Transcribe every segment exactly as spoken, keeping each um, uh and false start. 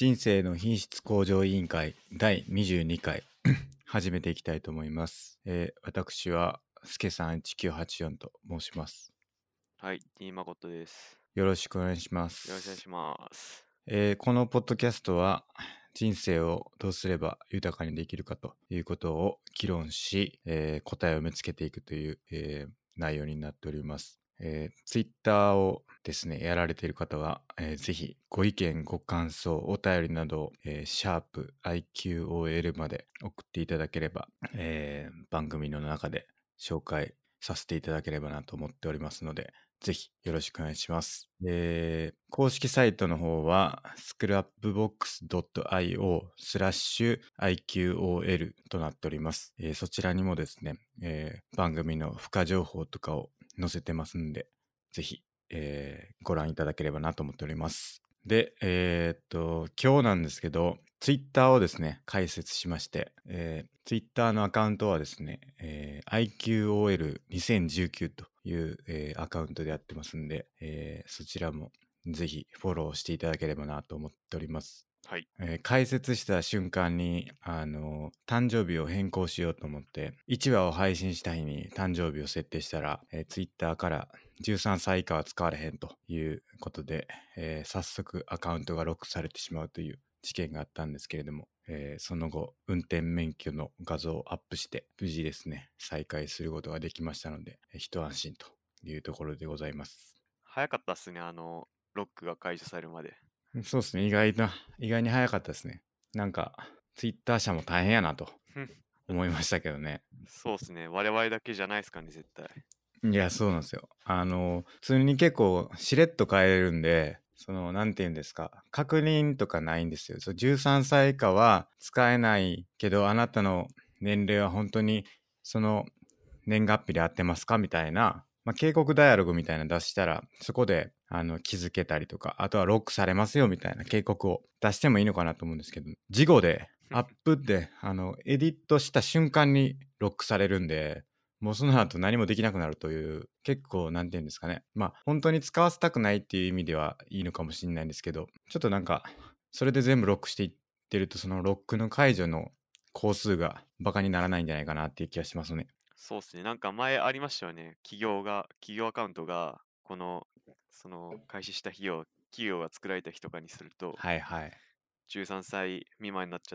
人生の品質向上委員会だいにじゅうにかい始めていきたいと思います。えー、私はすけさんいちきゅうはちよんと申します。 はい、T 誠です。 よろしくお願いします。 よろしくお願いします。 えー、このポッドキャストは人生をどうすれば豊かにできるかということを議論し、えー、答えを見つけていくという、えー、内容になっております。えー、Twitter をですねやられている方は、えー、ぜひご意見ご感想お便りなどを、えー、シャープ アイキューオーエル まで送っていただければ、えー、番組の中で紹介させていただければなと思っておりますので、ぜひよろしくお願いします。で、公式サイトの方は スクラップボックスドットアイオー スラッシュ アイキューオーエル となっております。えー、そちらにもですね、えー、番組の付加情報とかを載せてますんで、ぜひ、えー、ご覧いただければなと思っております。で、えー、っと、今日なんですけど、ツイッターをですね、開設しまして、えー、ツイッターのアカウントはですね、えー、アイキューオーエルにせんじゅうきゅう という、えー、アカウントでやってますんで、えー、そちらもぜひフォローしていただければなと思っております。 はい。 えー、開設した瞬間に、あのー、誕生日を変更しようと思って、いちわを配信した日に誕生日を設定したら、えー、ツイッターからじゅうさんさい以下は使われへんということで、えー、早速アカウントがロックされてしまうという事件があったんですけれども、えー、その後運転免許の画像をアップして無事ですね再開することができましたので、一安心というところでございます。 早かったっすね、あの、ロックが解除されるまで。 そうですね、意外な意外に早かったですね。なんかツイッター社も大変やなと思いましたけどね。 そうっすね、我々だけじゃないですかね、絶対。 いや、そうなんですよ。あの普通に結構しれっと変えれるんで、そのなんて言うんですか、確認とかないんですよ。そうじゅうさんさい以下は使えないけど、あなたの年齢は本当にその年月日で合ってますかみたいな、まあ、警告ダイアログみたいなの出したら、そこであの気づけたりとか、あとはロックされますよみたいな警告を出してもいいのかなと思うんですけど、事後でアップであのエディットした瞬間にロックされるんで、もうその後何もできなくなるという、結構なんていうんですかね、まあ本当に使わせたくないっていう意味ではいいのかもしれないんですけど、ちょっとなんかそれで全部ロックしていってると、そのロックの解除の工数がバカにならないんじゃないかなっていう気がしますね。 そうっすね、なんか前ありましたよね、企業が、企業アカウントが、この、その、開始した日を、企業が作られた日とかにすると、 はいはい。 じゅうさんさい未満になっちゃって、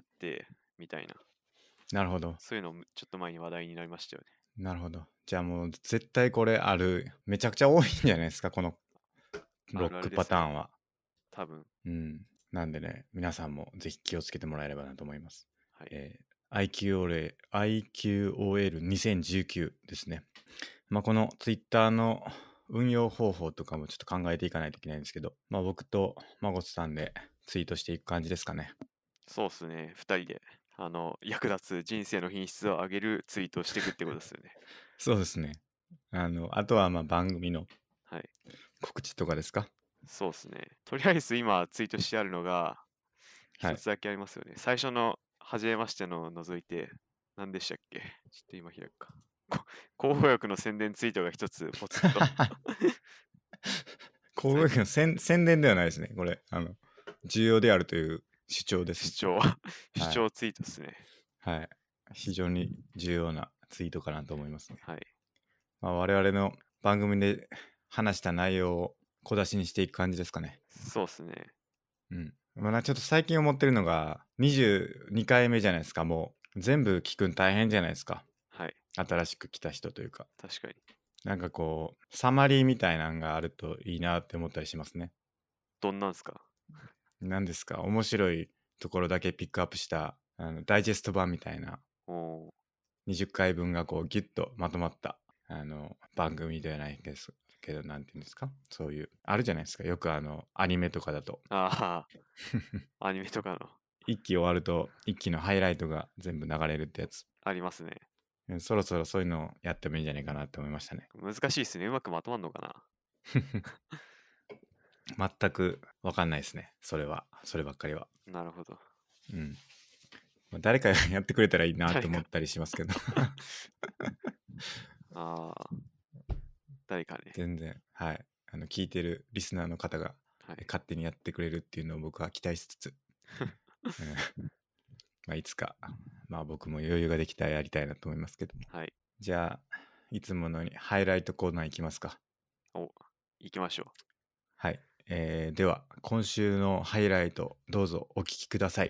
みたいな。 なるほど。 そういうのちょっと前に話題になりましたよね。 なるほど。じゃあもう絶対これある。めちゃくちゃ多いんじゃないですか、このロあックるあるですね、 パターンは。 多分。 うん。なんでね、皆さんもぜひ気をつけてもらえればなと思います。 はい。 えー、アイキューオーエル、アイキューオーエルにせんじゅうきゅう ですね。まあ、このツイッターの運用方法とかもちょっと考えていかないといけないんですけど、まあ、僕とまごつさんでツイートしていく感じですかね。 そうっすね、二人で、あの、役立つ人生の品質を上げるツイートをしていくってことですよね。 そうですね。あの、あとはまあ番組のはい。 告知とかですか？ そうっすね。とりあえず今ツイートしてあるのが、 はい。 一つだけありますよね。最初の、初めましてのを除いて、何でしたっけ？ちょっと今開くか。こ広報薬の宣伝ツイートが一つポツッと。 広それ告の宣宣伝ではないですね。これ、あの、重要であるという主張ですね。 主張、主はい。 張ツイートですね。 はい。非常に重要なツイートかなと思いますね。 はい。 まあ、我々の番組で話した内容を小出しにしていく感じですかね。 そうっすね。 うん。まあ、なちょっと最近思ってるのが、にじゅうにかいめじゃないですか。もう全部聞くん大変じゃないですか。 はい。 新しく来た人というか。 確かに。 なんかこう、サマリーみたいなのがあるといいなって思ったりしますね。 どんなんすか？ 何ですか、面白いところだけピックアップしたあのダイジェスト版みたいなおー、 にじゅっかいぶんがこうギュッとまとまったあの番組ではないですけど、なんていうんですか、そういうあるじゃないですか、よくあのアニメとかだとああ、アニメとかの、 一期終わると一期のハイライトが全部流れるってやつ。 ありますね。 うんそろそろそういうのをやってもいいんじゃないかなって思いましたね。 難しいっすね。うまくまとまんのかな？ 全く分かんないですね、それは。そればっかりは。 なるほど。 うん、まあ誰かがやってくれたらいいなって誰か。 思ったりしますけどああ、誰かね。 全然、はい。あの、聞いてるリスナーの方がはい。 勝手にやってくれるっていうのを僕は期待しつつ。 うんまあ、いつか、まあ僕も余裕ができたらやりたいなと思いますけども。 はい。 じゃあ、いつものようにハイライトコーナーいきますか。 お、行きましょはい。えーでは、今週のハイライト、どうぞお聞きください。 う。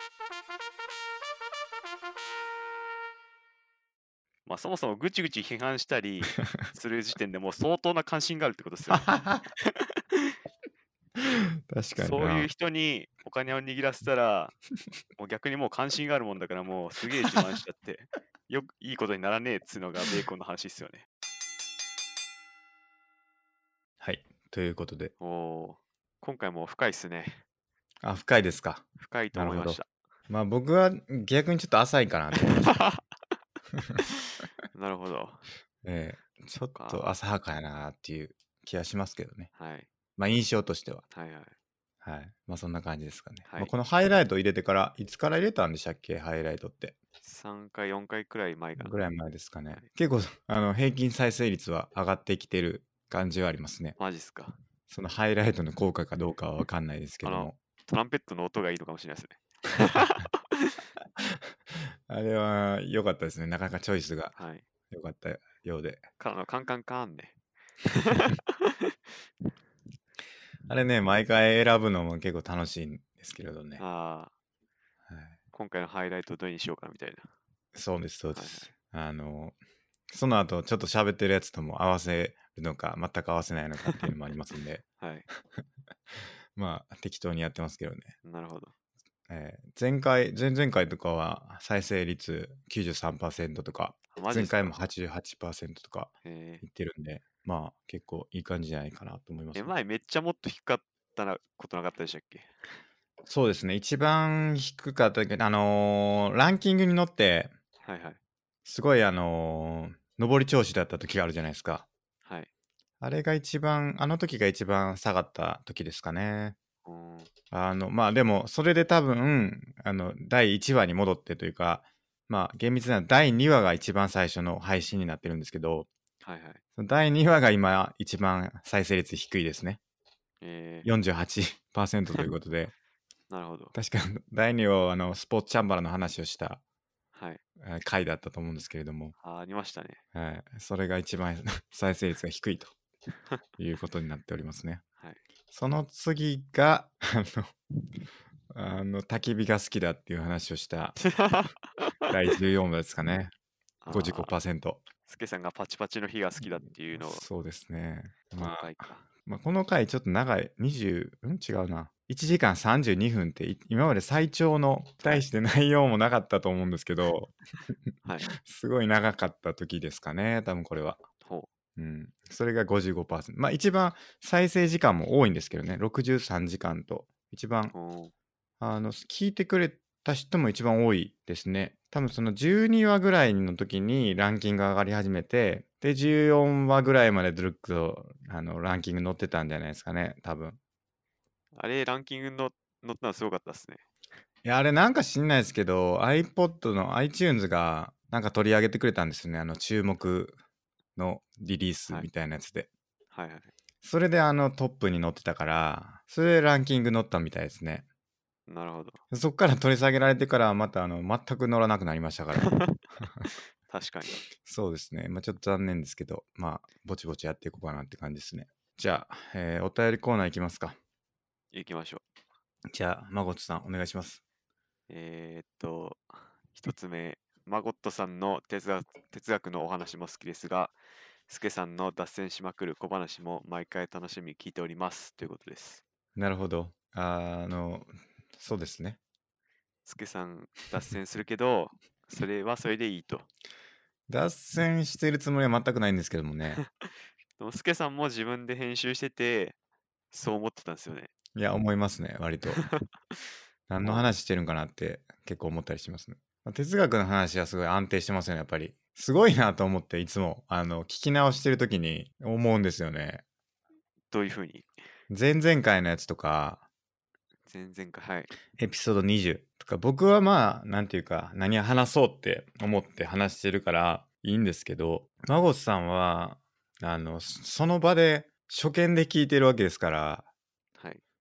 まあそもそもぐちぐち批判したりする時点でもう相当な関心があるってことですよね。 確かにそういうな。 人にお金を握らせたら、もう逆にもう関心があるもんだからもうすげえ自慢しちゃって、よくいいことにならねえっつうのがベーコンの話ですよね。 はい。ということで。 おおー、今回も深いっすね。 あ、深いですか。 深いとなるほど。 思いました。 まあ僕は逆にちょっと浅いかなと思いました。 なるほど。 えーちょっとか。 浅はかやなっていう気がしますけどね。 はい。 まあ印象としては。 はいはい。 はい。まあそんな感じですかね。まあ、 はい。 このハイライト入れてから、いつから入れたんでしたっけ、ハイライトって。 さんかい、よんかいくらい前かな。 ぐらい前ですかね。 はい、 結構、あの、平均再生率は上がってきてる感じはありますね。 マジっすか。 そのハイライトの効果かどうかは分かんないですけあの、 ども。 トランペットの音がいいのかもしれないですね。 あれは良かったですね。なかなかチョイスがはい。 良かったようで。 からのカンカンカンね。 あれね、毎回選ぶのも結構楽しいんですけれどね。 ああ、 はい、 今回のハイライトどれにしようかなみたいな。 そうです、そうではいす。あの、その後ちょっと喋ってるやつとも合わせるのか、全く合わせないのかっていうのもありますんで、 はい。はい。 まあ適当にやってますけどね。 なるほど。 えー前回、前々回とかは再生率きゅうじゅうさんパーセントとか、 あ、マジっすか。 前回もはちじゅうはちパーセントとかえいってるんで、まあ結構いい感じじゃないかなと思いまー、え、 すね。 前めっちゃもっと低かったなことなかったでしたっけ？ そうですね、一番低かったけど、あのーランキングに乗って、 はいはい。 すごいあのー上り調子だった時があるじゃないですか。 はい。 あれが一番、あの時が一番下がった時ですかね。 うーん。 あの、まあでも、それで多分、あの、だいいちわに戻ってというか、まあ厳密なのはだいにわが一番最初の配信になってるんですけど、 はいはい。 そのだいにわが今一番再生率低いですね。 えよんじゅうはちパーセント ということで、 ー、なるほど。 確かだいにわはあのスポーツチャンバラの話をしたはい。 えー回だったと思うんですけれども、 あ、ありましたね。 はい、それが一番再生率が低いということになっておりますね。 はい。 その次が、あの、あの焚き火が好きだっていう話をしただいじゅうよんわですかね。 ああ、 ごじゅうごパーセント。 スケさんがパチパチの日が好きだっていうのを、 そうですね。 こまあ、 の回か。 まあ、この回ちょっと長い。にじゅう、うん違うな。いちじかんさんじゅうにふんってい今まで最長の対して内容もなかったと思うんですけど、 はい。 すごい長かった時ですかね。多分これは。 ほうん。それが ごじゅうごパーセント。まあ一番再生時間も多いんですけどね。ろくじゅうさんじかんと。一番う。おー、 あの、聞いてくれた人も一番多いですね。多分そのじゅうにわぐらいの時にランキング上がり始めて、で、じゅうよんわぐらいまでずっとあのランキング載ってたんじゃないですかね、多分。 あれ、ランキングの乗ったのすごかったですね。 いや、あれなんか知んないですけど、iPod の iTunes がなんか取り上げてくれたんですよね。あの、注目のリリースはい。 みたいなやつで。 はいはい。 それであのトップに載ってたから、それでランキング載ったみたいですね。 なるほど。 そっから取り下げられてからまたあの全く乗らなくなりましたから。 確かに。 そうですね。まあちょっと残念ですけど、まあぼちぼちやっていこうかなって感じですね。じゃあ、えーお便りコーナー行きますか。 行きましょう。 じゃあ、まごつさんお願いします。 えー、っと、一つ目、マゴットさんの哲学哲学のお話も好きですが、スケさんの脱線しまくる小話も毎回楽しみに聞いておりますということです。 なるほど。あーあの、そうですね。 スケさん脱線するけど、それはそれでいいと。 脱線してるつもりは全くないんですけどもね。 でもスケさんも自分で編集してて、そう思ってたんですよね。 いや、思いますね、割と。何のも話してるんかなって結構思ったりしますね。まあ哲学の話はすごい安定してますよね、やっぱり。すごいなと思っていつもあの聞き直してる時に思うんですよね。 う、どういうふうに。 前々回のやつとか、 全然か、はい。 エピソードにじゅうとか、僕はまあ、なんていうか、何話そうって思って話してるからいいんですけど、マゴスさんは、あの、その場で初見で聞いてるわけですから、 はい。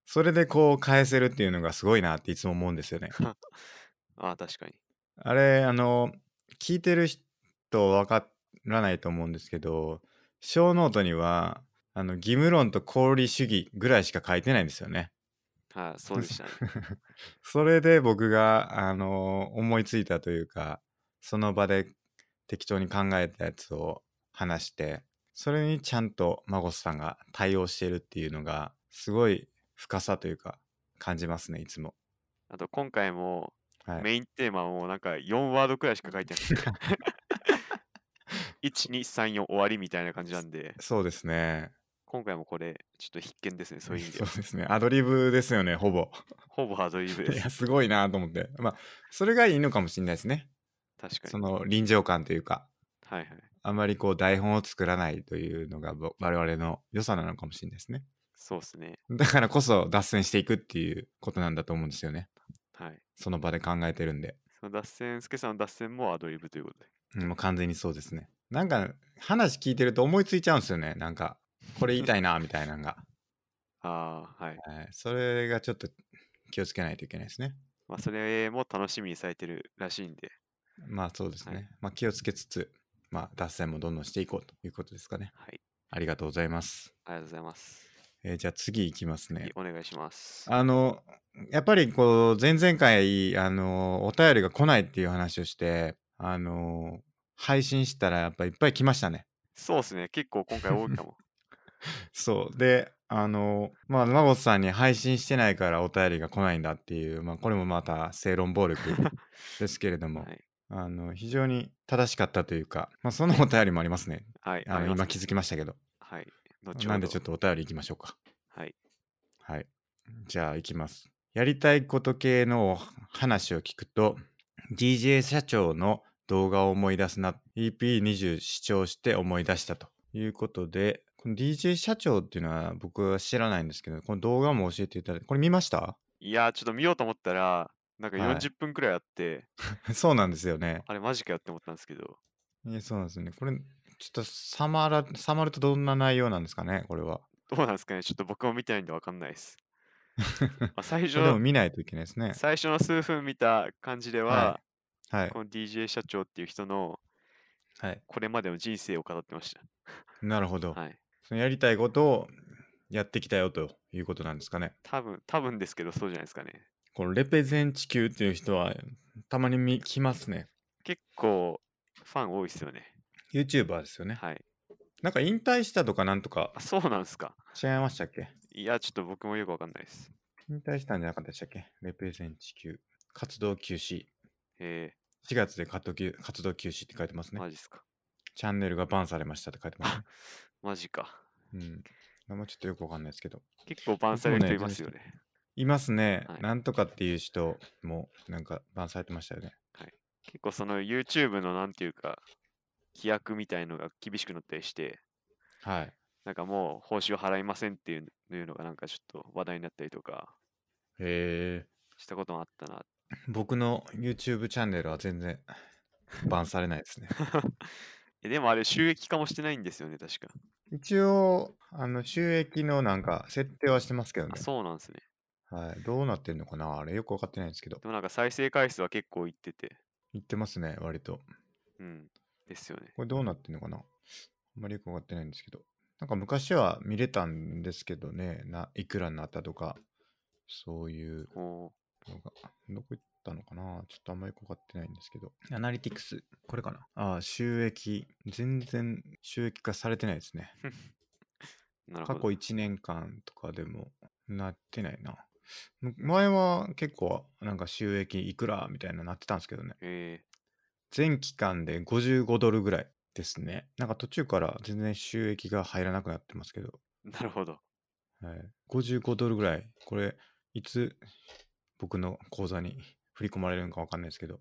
それでこう返せるっていうのがすごいなっていつも思うんですよね。 ああ、確かに。 あれ、あの、聞いてる人わからないと思うんですけど、小ノートには、あの、義務論と功利主義ぐらいしか書いてないんですよね。 はい、そうでしたね。 それで僕が、あの、思いついたというか、その場で適当に考えたやつを話して、それにちゃんとマゴスさんが対応してるっていうのが、すごい深さというか、感じますね、いつも。 あと今回もはい。 メインテーマもなんかよんワードくらいしか書いてなくて、いち、に、さん、よん終わりみたいな感じなんで、 そうですね。 今回もこれちょっと必見ですね、そういう意味では。 そうですね。アドリブですよね、ほぼ。 ほぼハードリブでいや、 す。 すごいなと思って。まあ、それがいいのかもしれないですね。 確かに。 その臨場感というか、 はいはい。 あまりこう台本を作らないというのがぼ我々の良さなのかもしれないですね。 そうですね。 だからこそ脱線していくっていうことなんだと思うんですよね。 はい。 その場で考えてるんで。 その脱線、スケさんの脱線もアドリブということで。 うん、もう完全にそうですね。なんか話聞いてると思いついちゃうんですよね。なんか、これ言いたいな、みたいなのが。 ああ、はい。 はい、それがちょっと気をつけないといけないですね。 まあ、それも楽しみにされてるらしいんで、 まあそうですはい。 ね。まあ気をつけつつ、まあ脱線もどんどんしていこうということですかね。 はい。 ありがとうございます。 ありがとうございます。 えーじゃあ次いきますね。 次、お願いします。 あの、やっぱりこう前々回、あの、お便りが来ないっていう話をして、あの、配信したらやっぱいっぱい来ましたね。 そうですね。結構今回多いかも。 そう。で、あの、まあ、マゴスさんに配信してないからお便りが来ないんだっていう、まあ、これもまた正論暴力ですけれども、 はい。 あの、非常に正しかったというか、まあ、そのお便りもありますね。 はい、 あの、今気ありますね。 づきましたけど。 はい。後なんでちょっほど。 とお便り行きましょうか。 はい。 はい。じゃあ行きます。やりたいこと系の話を聞くと、ディージェー 社長の動画を思い出すな、イーピーにじゅう 視聴して思い出したということで、この ディージェー 社長っていうのは僕は知らないんですけど、この動画も教えていただいて、これ見ました？ いやー、ちょっと見ようと思ったら、なんかはよんじゅっぷんくらいあって、 い。そうなんですよね。 あれマジかよって思ったんですけど、 いやそうなんですよね。これ、ちょっとサマら、サマるとどんな内容なんですかね、これは。 どうなんですかね。ちょっと僕も見てないんでわかんないです。まあ、最これでも初、 見ないといけないですね。 最初の数分見た感じではい。 は、 はい。 この ディージェー 社長っていう人のはい。 これまでの人生を語ってました。 なるほど。 はい。 そのやりたいことをやってきたよということなんですかね。 多分、多分ですけど、そうじゃないですかね。 このレペゼン地球っていう人はたまに見来ますね。 結構、ファン多いですよね。 YouTuber ですよね。 はい。 なんか引退したとかなんとかあ、そうなんですか。 違いましたっけ？ いや、ちょっと僕もよくわかんないです。 引退したんじゃなかったでしたっけ？レペゼン地球。活動休止。 えしがつで活動休活動休止って書いてますー、 ね。 マジっすか。 チャンネルがバンされましたって書いてますあ、 ね。 マジか。 うん。あんまちょっとよくわかんないですけど。 結構バンされる人僕もね、全然知らいますよね。 いますね。 はい。 なんとかっていう人もなんかバンされてましたよね。 はい。結構その YouTube のなんていうか、規約みたいのが厳しくなったりして、 はい。 なんかもう報酬払いませんっていういうのがなんかちょっと話題になったりとかへえ。 したこともあったな。 僕の YouTube チャンネルは全然バンされないですね。 えでもあれ収益化もしてないんですよね、確か。 一応、あの、収益のなんか設定はしてますけどあ、 ね。 そうなんですね。 はい。どうなってんのかなあれよくわかってないんですけど。 でもなんか再生回数は結構いってて、 言ってますね、割と。 うん。ですよね。 これどうなってんのかなあんまりよくわかってないんですけど。なんか昔は見れたんですけどね、ないくらになったとか、そういうおのが、どこ行ったのかなちょっとあんまりよくわかってないんですけど。アナリティクス、これかなああ、収益、全然収益化されてないですね。 ーなる過去ほど。 いちねんかんとかでもなってないな。む前は結構なんか収益いくらみたいななってたんですけどね。 え全期間でごじゅうごドルぐらいですね。なんか途中から全然収益が入らなくなってますけど。 ー、なるほど。 はい、ごじゅうごドルぐらい。これ、いつ僕の口座に振り込まれるのかわかんないですけど。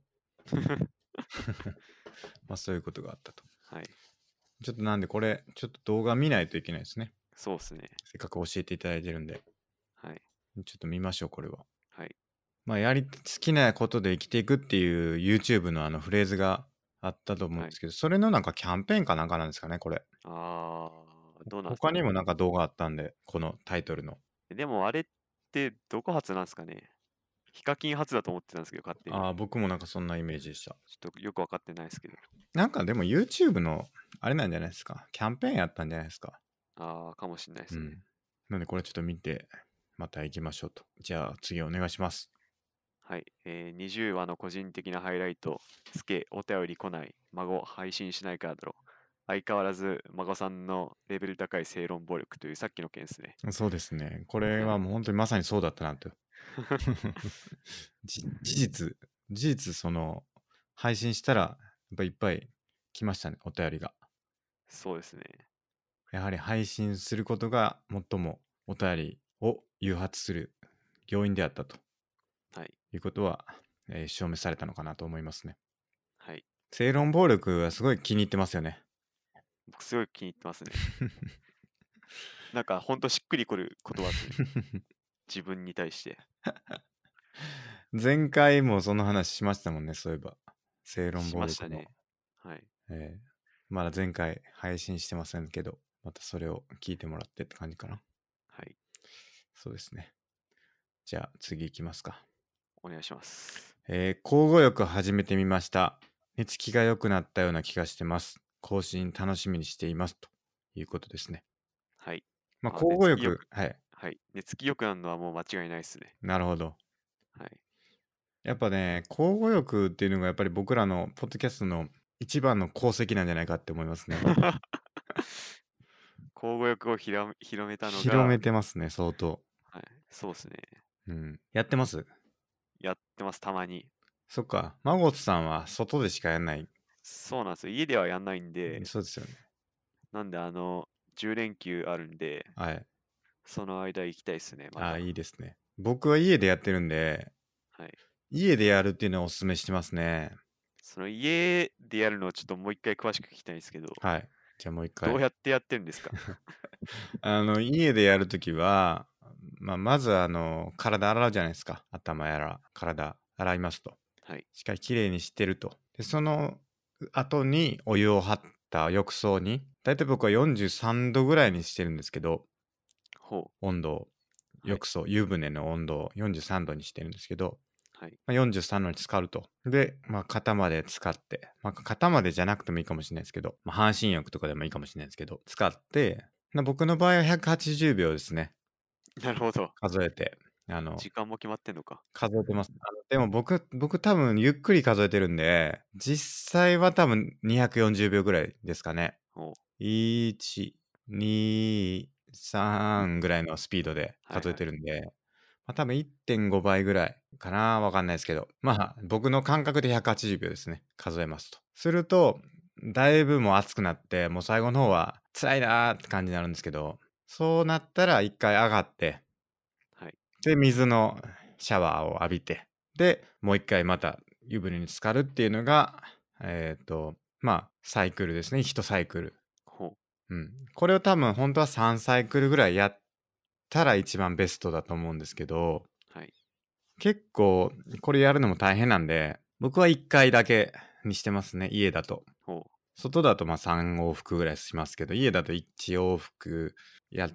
まあそういうことがあったと。 はい。 ちょっとなんでこれ、ちょっと動画見ないといけないですね。 そうっすね。 せっかく教えていただいてるんで。 はい。 ちょっと見ましょう、これは。 はい。 まあ、やり、好きなことで生きていくっていう YouTube のあのフレーズがあったと思うんはい。 ですけど、それのなんかキャンペーンかなんかなんですかね、これ。 あー、どうなんですかね。 他にもなんか動画あったんで、このタイトルの。 でもあれっってどこ発なんですかね。ヒカキン発だと思ってたんですけど、勝手に。 ああ、僕もなんかそんなイメージでした。 ちょっとよくわかってないですけど。 なんかでも YouTube のあれなんじゃないですか。キャンペーンやったんじゃないですか。 ああ、かもしれないですね。 うん。なんでこれちょっと見て、また行きましょうと。じゃあ次お願いします。 はい、えー、にじゅうわの個人的なハイライト、スケ、お便り来ない、孫、配信しないからだろう。相変わらず、孫さんのレベル高い正論暴力というさっきの件ですね。 そうですね。これはい。 はもう本当にまさにそうだったなと。じ事実、事実、その、配信したら、やっぱいっぱい来ましたね、お便りが。 そうですね。 やはり配信することが最もお便りを誘発する要因であったとはい。 いうことは、えー証明されたのかなと思いますね。 はい。 正論暴力はすごい気に入ってますよね。 僕すごい気に入ってますね。なんかほんとしっくりくる言葉ですね。自分に対して。 前回もその話しましたもんね、そういえば。正論し暴力の。 ましたね。はい。 えーまだ前回配信してませんけど、またそれを聞いてもらってって感じかな。 はい。 そうですね。じゃあ次行きますか。 お願いします。 えー、交互浴始めてみました。寝つきが良くなったような気がしてます。更新楽しみにしています。ということですね。 はい。 まあ、 あ、 交互浴、 寝つきよく、 はい。 はい。寝つきよくなるのはもう間違いないですね。 なるほど。 はい。 やっぱね、交互浴っていうのがやっぱり僕らのポッドキャストの一番の功績なんじゃないかって思いますね。 交互浴をひら広めたの広めが、 てますね、相当。 はい。そうですね。 うん。やってます？ やってます、たまに。 そっか。マゴットさんは外でしかやんない。 そうなんですよ。家ではやんないんで、 そうですよね。 なんであの、じゅう連休あるんで、 はい。 その間行きたいですね、まああ、 た。 いいですね。僕は家でやってるんで、 はい。 家でやるっていうのをお勧めしてますね。 その家でやるのをちょっともう一回詳しく聞きたいんですけど、 はい。じゃあもう一回。 どうやってやってるんですか？ あの、家でやるときは、まあ、まずあの、体洗うじゃないですか。頭やら、体洗いますと。 はい。 しっかりきれいにしてると。で、その後にお湯を張った浴槽に、だいたい僕はよんじゅうさんどぐらいにしてるんですけど、 ほ温度を、 う。はい。 浴槽、湯船の温度をよんじゅうさんどにしてるんですけど、 はい。 まあ、よんじゅうさんどに浸かると。で、まあ、肩まで浸かって、まあ、肩までじゃなくてもいいかもしれないですけど、まあ、半身浴とかでもいいかもしれないですけど、浸かって、まあ僕の場合はひゃくはちじゅうびょうですね。 なるほど。 数えて。あの、 時間も決まってんのか。 数えてます。あのでも僕、僕多分ゆっくり数えてるんで、実際は多分にひゃくよんじゅうびょうぐらいですかね。 ほう。 いち、に、さんぐらいのスピードで数えはいはい。 てるんで、まあ、多分いってんごばいぐらいかな、わかんないですけど、まあ僕の感覚でひゃくはちじゅうびょうですね。数えますと。すると、だいぶもう熱くなって、もう最後の方は辛いなーって感じになるんですけど、そうなったら一回上がって、 はい。 で、水のシャワーを浴びて、で、もう一回また湯船に浸かるっていうのが、えっ、と、まあ、サイクルですね。いちサイクル。 ほうん。これを多分本当はさんサイクルぐらいやったら一番ベストだと思うんですけど、 う。はい。 結構これやるのも大変なんで、僕はいっかいだけにしてますね。家だと。 ほう。 外だとまあさん往復ぐらいしますけど、家だといち往復やって、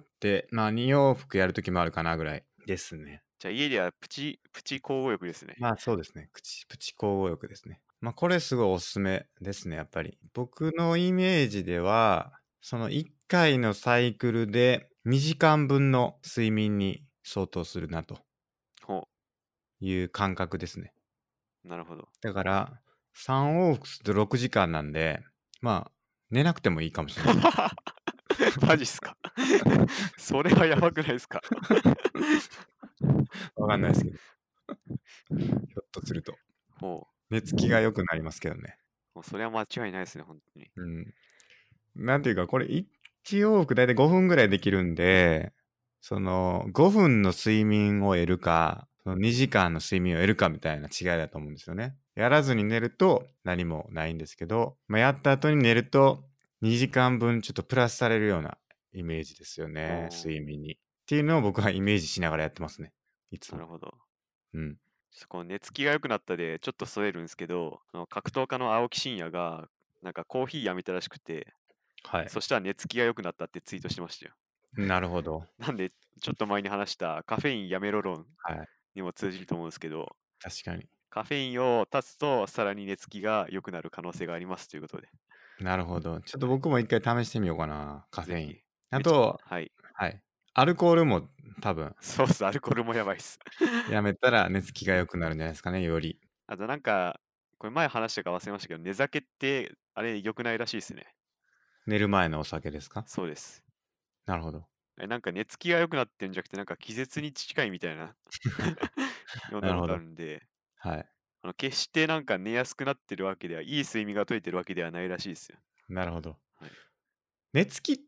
まあに往復やるときもあるかなぐらいですね。 じゃあ家ではプチ、プチ交互浴ですね。 まあそうですね。口、プチ交互浴ですね。まあこれすごいおすすめですね、やっぱり。僕のイメージでは、そのいっかいのサイクルでにじかんぶんの睡眠に相当するなとほいう感覚ですね。 う。なるほど。 だからさん往復するとろくじかんなんで、まあ寝なくてもいいかもしれないですね。 マジっすか？それはやばくないですか？ わかんないですけど。ひょっとすると。 ほ寝つきが良くなりますけどね。 う。もうそれは間違いないですね、本当に。 うん。なんていうか、これいち往復だいたいごふんぐらいできるんで、そのごふんの睡眠を得るか、そのにじかんの睡眠を得るかみたいな違いだと思うんですよね。やらずに寝ると何もないんですけど、まあ、やった後に寝るとにじかんぶんちょっとプラスされるようなイメージですよね、 ほ睡眠に。っていうのを僕はイメージしながらやってますね。いつう。なも。 るほど。 うん。 ちょっとこの寝つきが良くなったで、ちょっと添えるんですけど、あの格闘家の青木真也が、なんかコーヒーやめたらしくて、 はい。 そしたら寝つきが良くなったってツイートしてましたよ。 なるほど。 なんで、ちょっと前に話したカフェインやめろ論はい。 にも通じると思うんですけど、 確かに。 カフェインを断つとさらに寝つきが良くなる可能性がありますということで、 なるほど。ちょっとはい、 僕も一回試してみようかな、カフェイン。 ぜひ。めちあと、 はい。 はい。アルコールも多分そうっす、アルコールもやばいっす。 やめたら寝つきがはい。 良くなるんじゃないですかね、より。 あとなんか、これ前話したか忘れましたけど、寝酒ってあれ良くないらしいですね。 寝る前のお酒ですか？ そうです。 なるほど。 え、なんか寝つきが良くなってるんじゃなくて、なんか気絶に近いみたいな読んだことあなるほど。 るんで、 はい。 あの決してなんか寝やすくなってるわけでは、いい睡眠が取れてるわけではないらしいですよ。 なるほど。 はい。 寝つきって、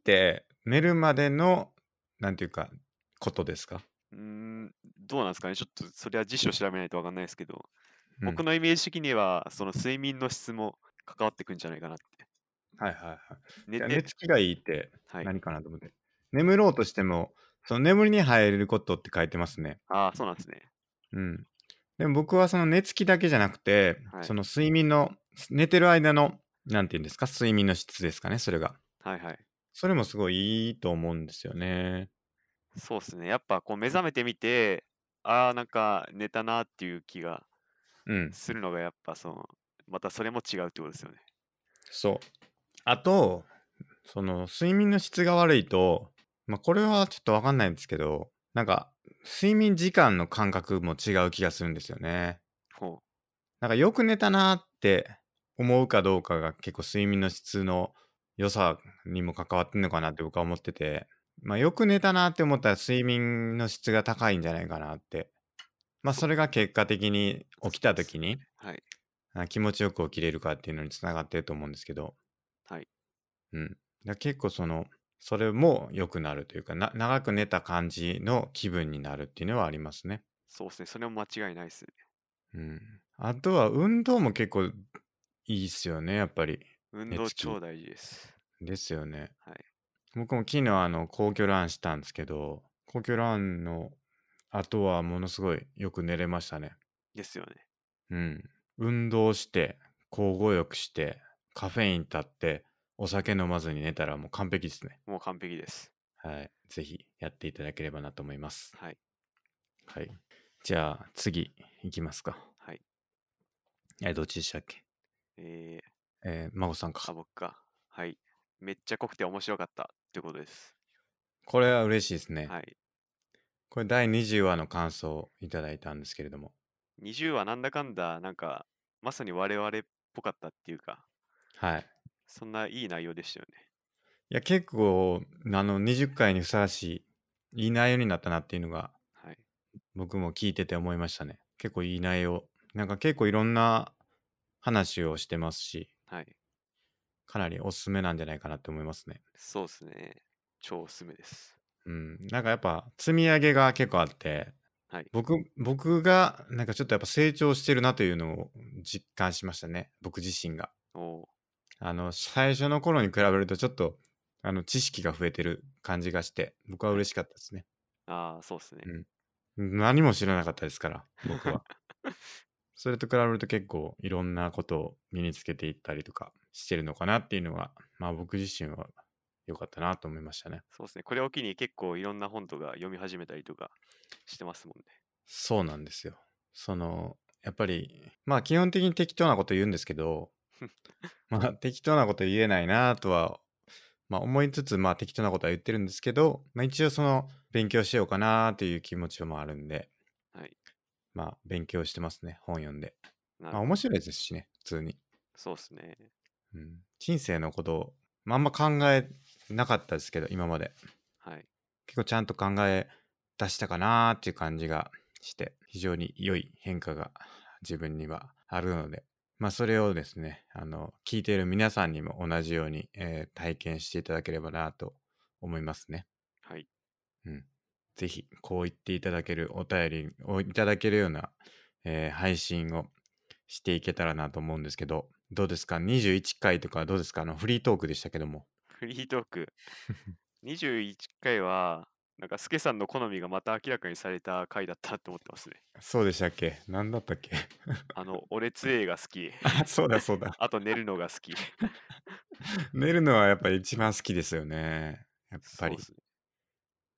寝るまでの、なんていうか、ことですか？ うーん、どうなんですかね。ちょっとそれは辞書調べないとわかんないですけど、 うん。 僕のイメージ的には、その睡眠の質も関わってくんじゃないかなって。 はいはいはい。いや、寝寝て、 つきがいいってはい。 何かなと思って。眠ろうとしても、その眠りに入れることって書いてますね。 ああ、そうなんですね。 うん。でも僕はその寝つきだけじゃなくて、 はい。 その睡眠の、寝てる間の、なんていうんですか、睡眠の質ですかね、それが。 はいはい。 それもすごいいいと思うんですよね。 そうですね。やっぱこう目覚めてみて、ああ、なんか寝たなっていう気がうん。 するのがやっぱその、またそれも違うってことですよね。 そう。あと、その睡眠の質が悪いと、まあこれはちょっとわかんないんですけど、なんか睡眠時間の感覚も違う気がするんですよね。 ほう。 なんかよく寝たなって思うかどうかが結構睡眠の質の良さにも関わってんのかなって僕は思ってて、まあよく寝たなって思ったら睡眠の質が高いんじゃないかなって。まあそ、 それが結果的に起きそうですね。 た時にはい。 あ気持ちよく起きれるかっていうのにつながってると思うんですけど、 はい。 うん。だ結構その、それも良くなるというか、な長く寝た感じの気分になるっていうのはありますね。 そうですね。それも間違いないですね。 うん。あとは運動も結構いいっすよね、やっぱり。 運寝つき。 動超大事です。 ですよね。 はい。 僕も昨日あの、皇居ランしたんですけど、皇居ランの後はものすごいよく寝れましたね。 ですよね。 うん。運動して、交互浴して、カフェイン立って、お酒飲まずに寝たらもう完璧ですね。 もう完璧です。 はい。ぜひやっていただければなと思います。 はい。 はい。じゃあ次いきますか。 はい。 え、どっちでしたっけ？ えー、 えー、孫さんあ、 か。 僕か。はい。めっちゃ濃くて面白かったってことです。 これは嬉しいですね。 はい。 これだいにじゅうわの感想をいただいたんですけれども。 にじゅうはなんだかんだ、なんか、まさに我々っぽかったっていうか、 はい。 そんないい内容でしたよね。 いや、結構、あの、にじゅっかいにふさわしい、いい内容になったなっていうのが、 はい。 僕も聞いてて思いましたね。結構いい内容。なんか結構いろんな話をしてますし、 はい。 かなりおすすめなんじゃないかなって思いますね。 そうですね。超おすすめです。 うん。なんかやっぱ積み上げが結構あって、 はい。 僕僕がなんかちょっとやっぱ成長してるなというのを実感しましたね。僕自身が。 おー。 あの、最初の頃に比べるとちょっと、あの、知識が増えてる感じがして、僕ははい。 嬉しかったですね。 ああ、そうですね。 うん。何も知らなかったですから、僕は。それと比べると結構いろんなことを身につけていったりとかしてるのかなっていうのは、まあ僕自身は良かったなと思いましたね。 そうですね。これを機に結構いろんな本とか読み始めたりとかしてますもんね。 そうなんですよ。その、やっぱり、まあ基本的に適当なこと言うんですけど、まあ適当なこと言えないなとは、まあ思いつつ、まあ適当なことは言ってるんですけど、まあ一応その勉強しようかなという気持ちもあるんで、 はい。 まあ勉強してますね、本読んで。 なるほど。 まあ面白いですしね、普通に。 そうですね。 うん、人生のことを、まあ、あんま考えなかったですけど、今まで。 はい。 結構ちゃんと考え出したかなーっていう感じがして、非常に良い変化が自分にはあるので、まあそれをですね、あの、聞いている皆さんにも同じように、えー体験していただければなと思いますね。 はい。 うん。ぜひ、こう言っていただけるお便りをいただけるような、えー配信をしていけたらなと思うんですけど、どうですか？ にじゅういち 回とかどうですか？あの、フリートークでしたけども。 フリートーク。にじゅういっかいは、なんか、スケさんの好みがまた明らかにされた回だったと思ってますね。 そうでしたっけ？何だったっけ？ あの、俺つえが好き。 あ、そうだそうだ。 あと寝るのが好き。 寝るのはやっぱり一番好きですよね。やっぱり。 そうですね。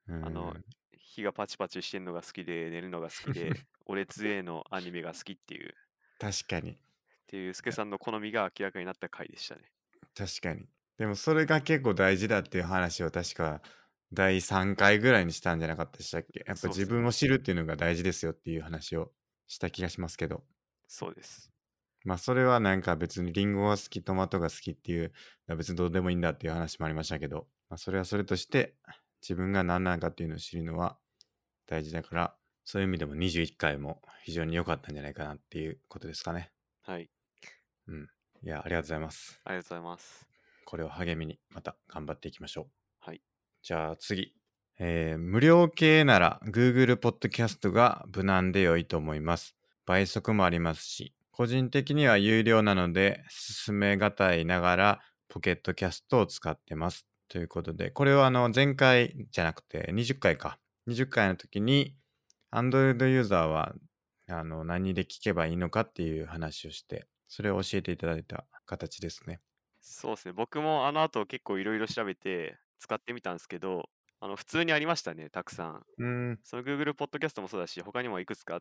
うあの、 ん。 火がパチパチしてんのが好きで、寝るのが好きで、オレツ A のアニメが好きっていう、っ確かに。 ていう、スケさんの好みが明らかになった回でしたね。 確かに。でもそれが結構大事だっていう話を確かだいさんかいぐらいにしたんじゃなかったでしたっけ？やっぱそうですね。 自分を知るっていうのが大事ですよっていう話をした気がしますけど。 そうです。 まあそれはなんか別にリンゴが好き、トマトが好きっていう、別にどうでもいいんだっていう話もありましたけど、まあそれはそれとして自分が何なのかっていうのを知るのは大事だから、そういう意味でもにじゅういっかいも非常に良かったんじゃないかなっていうことですかね。 はい。 うん。いや、ありがとうございます。 ありがとうございます。 これを励みにまた頑張っていきましょう。 はい。 じゃあ次。えー無料系なら Google Podcast が無難で良いと思います。倍速もありますし、個人的には有料なので進めがたいながらポケットキャストを使ってます。ということで、これはあの前回じゃなくてにじゅっかいか。にじゅっかいの時に Android ユーザーはあの何で聞けばいいのかっていう話をして、それを教えていただいた形ですね。 そうですね。僕もあの後結構いろいろ調べて使ってみたんですけど、あの普通にありましたね、たくさん。 うーん、 その Google Podcast もそうだし、他にもいくつかあって、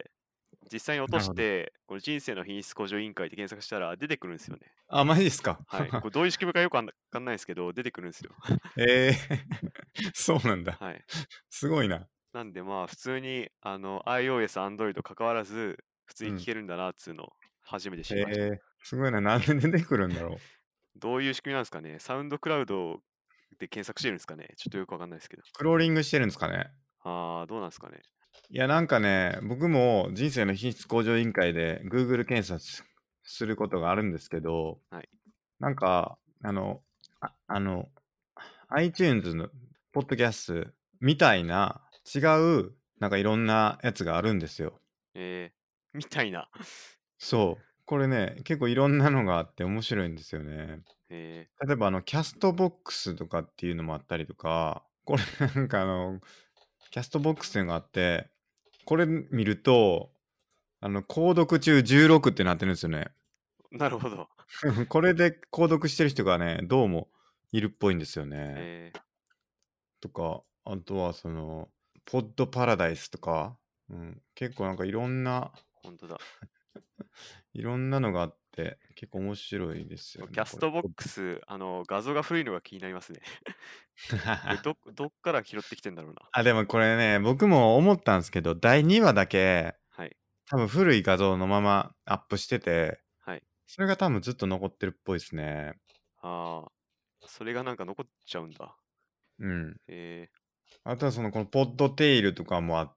実際に落となるほど。 して、これ人生の品質向上委員会って検索したら出てくるんですよね。 あ、マジですか？ はい。これどういう仕組みかよくわかんないですけど、出てくるんですよ。 ええそうなんだ。 はい。 すごいな。 なんでまあ普通にあの iOS、Android 関わらず普通うん。 に聞けるんだなっつうのを初めて知りました。 ええすごいな。なんで出てくるんだろどういう仕組みなんですかね。サウンドクラウドで検索してるんですかね。ちょっとよくわかんないですけど。 う。クローリングしてるんですかね。 ああ、どうなんですかね。 いや、なんかね、僕も人生の品質向上委員会で Google 検索すすることがあるんですけど、 はい。 なんか、あの、ああの、iTunes のポッドキャストみたいな違う、なんかいろんなやつがあるんですよ。 えー、みたいな。 そう。これね、結構いろんなのがあって面白いんですよね。 え例えばあのキャストボックスとかっていうのもあったりとか、これなんかあの、キャストボックスっていうのがあって、これ見ると、あの、購読中じゅうろくってなってるんですよね。 ー、なるほど。 これで購読してる人がね、どうもいるっぽいんですよね。 えー、 とか、あとはその、ポッドパラダイスとか、うん、結構なんかいろんな、 本当だ。 いろんなのがあって、結構面白いですよね、これ。 キャストボックス、あの、画像が古いのが気になりますね。これど、どっから拾ってきてんだろうな。 あ、でもこれね、僕も思ったんですけど、だいにわだけ、 はい。 多分古い画像のままアップしてて、 はい。 それが多分ずっと残ってるっぽいですね。 ああ、それがなんか残っちゃうんだ。 うん。 えあとはその、このポッドテイルとかもあって、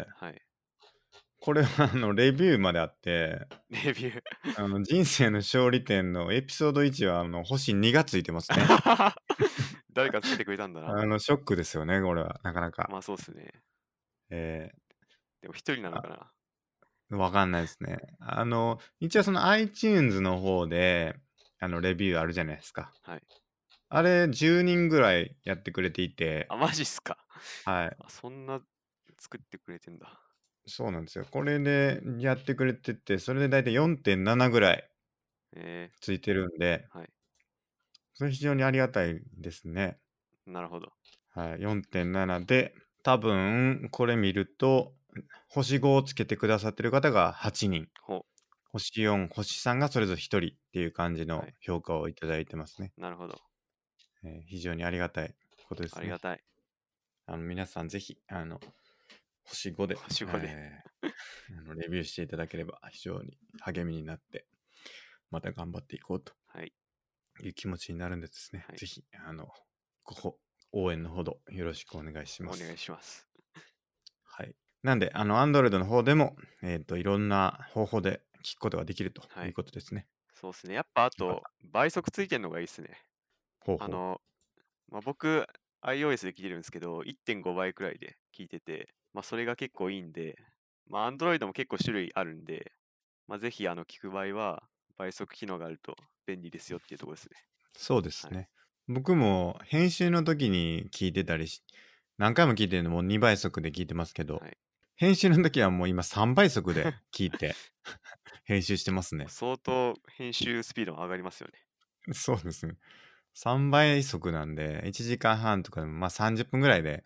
ー、はい。 これはあの、レビューまであって、 レビュー。 あの、人生の勝利点のエピソードいちは、あの、星にがついてますね。 誰かつけてくれたんだな。 あの、ショックですよね、これは。なかなか。 まあそうっすね。 えでも一人なー、あ、 のかな。 わかんないですね。あの、一応その iTunes の方で、あの、レビューあるじゃないですか。 はい。 あれ、じゅうにんぐらいやってくれていて、 あ、マジっすか。 はい。 あ、そんな作ってくれてんだ。 そうなんですよ。これでやってくれてて、それでだいたいよんてんななぐらいえついてるんで、 ー、はい。 それ非常にありがたいですね。 なるほど。 はい。よんてんななで、多分、これ見ると、星ごをつけてくださってる方がはちにん。 ほ星よん、星さんがそれぞれひとりっていう感じう。はのい。 評価をいただいてますね。 なるほど。 えー非常にありがたいことですね。 ありがたい。 あの皆さんぜひ、あの、星ごで、 星ごで。 えーあのレビューしていただければ非常に励みになって、また頑張っていこうとはい。 いう気持ちになるんでですね、 はいぜひ、あの、ごほ応援のほどよろしくお願いしまお願いす。 します。 はい。なんで、あの、Android の方でも、えっ、と、いろんな方法で聞くことができるとはい。 いうことですね。 そうっすね。やっぱあと、 また、 倍速ついてんのがいいっすね。 方法。 あの、まあ、僕、iOS で聞いてるんですけど、いってんごばいくらいで聞いてて、まあ、それが結構いいんで、まあ、Android も結構種類あるんで、まあ、ぜひ、あの、聞く場合は、倍速機能があると便利ですよっていうところですね。 そうですはい。 ね。僕も編集の時に聞いてたりし、何回も聞いてるのもにばい速で聞いてますけど、 はい。 編集の時はもう今さんばい速で聞いて編集してますね。 相当編集スピードも上がりますよね。 そうですね。さんばい速なんで、いちじかんはんとかでもまあさんじゅっぷんぐらいで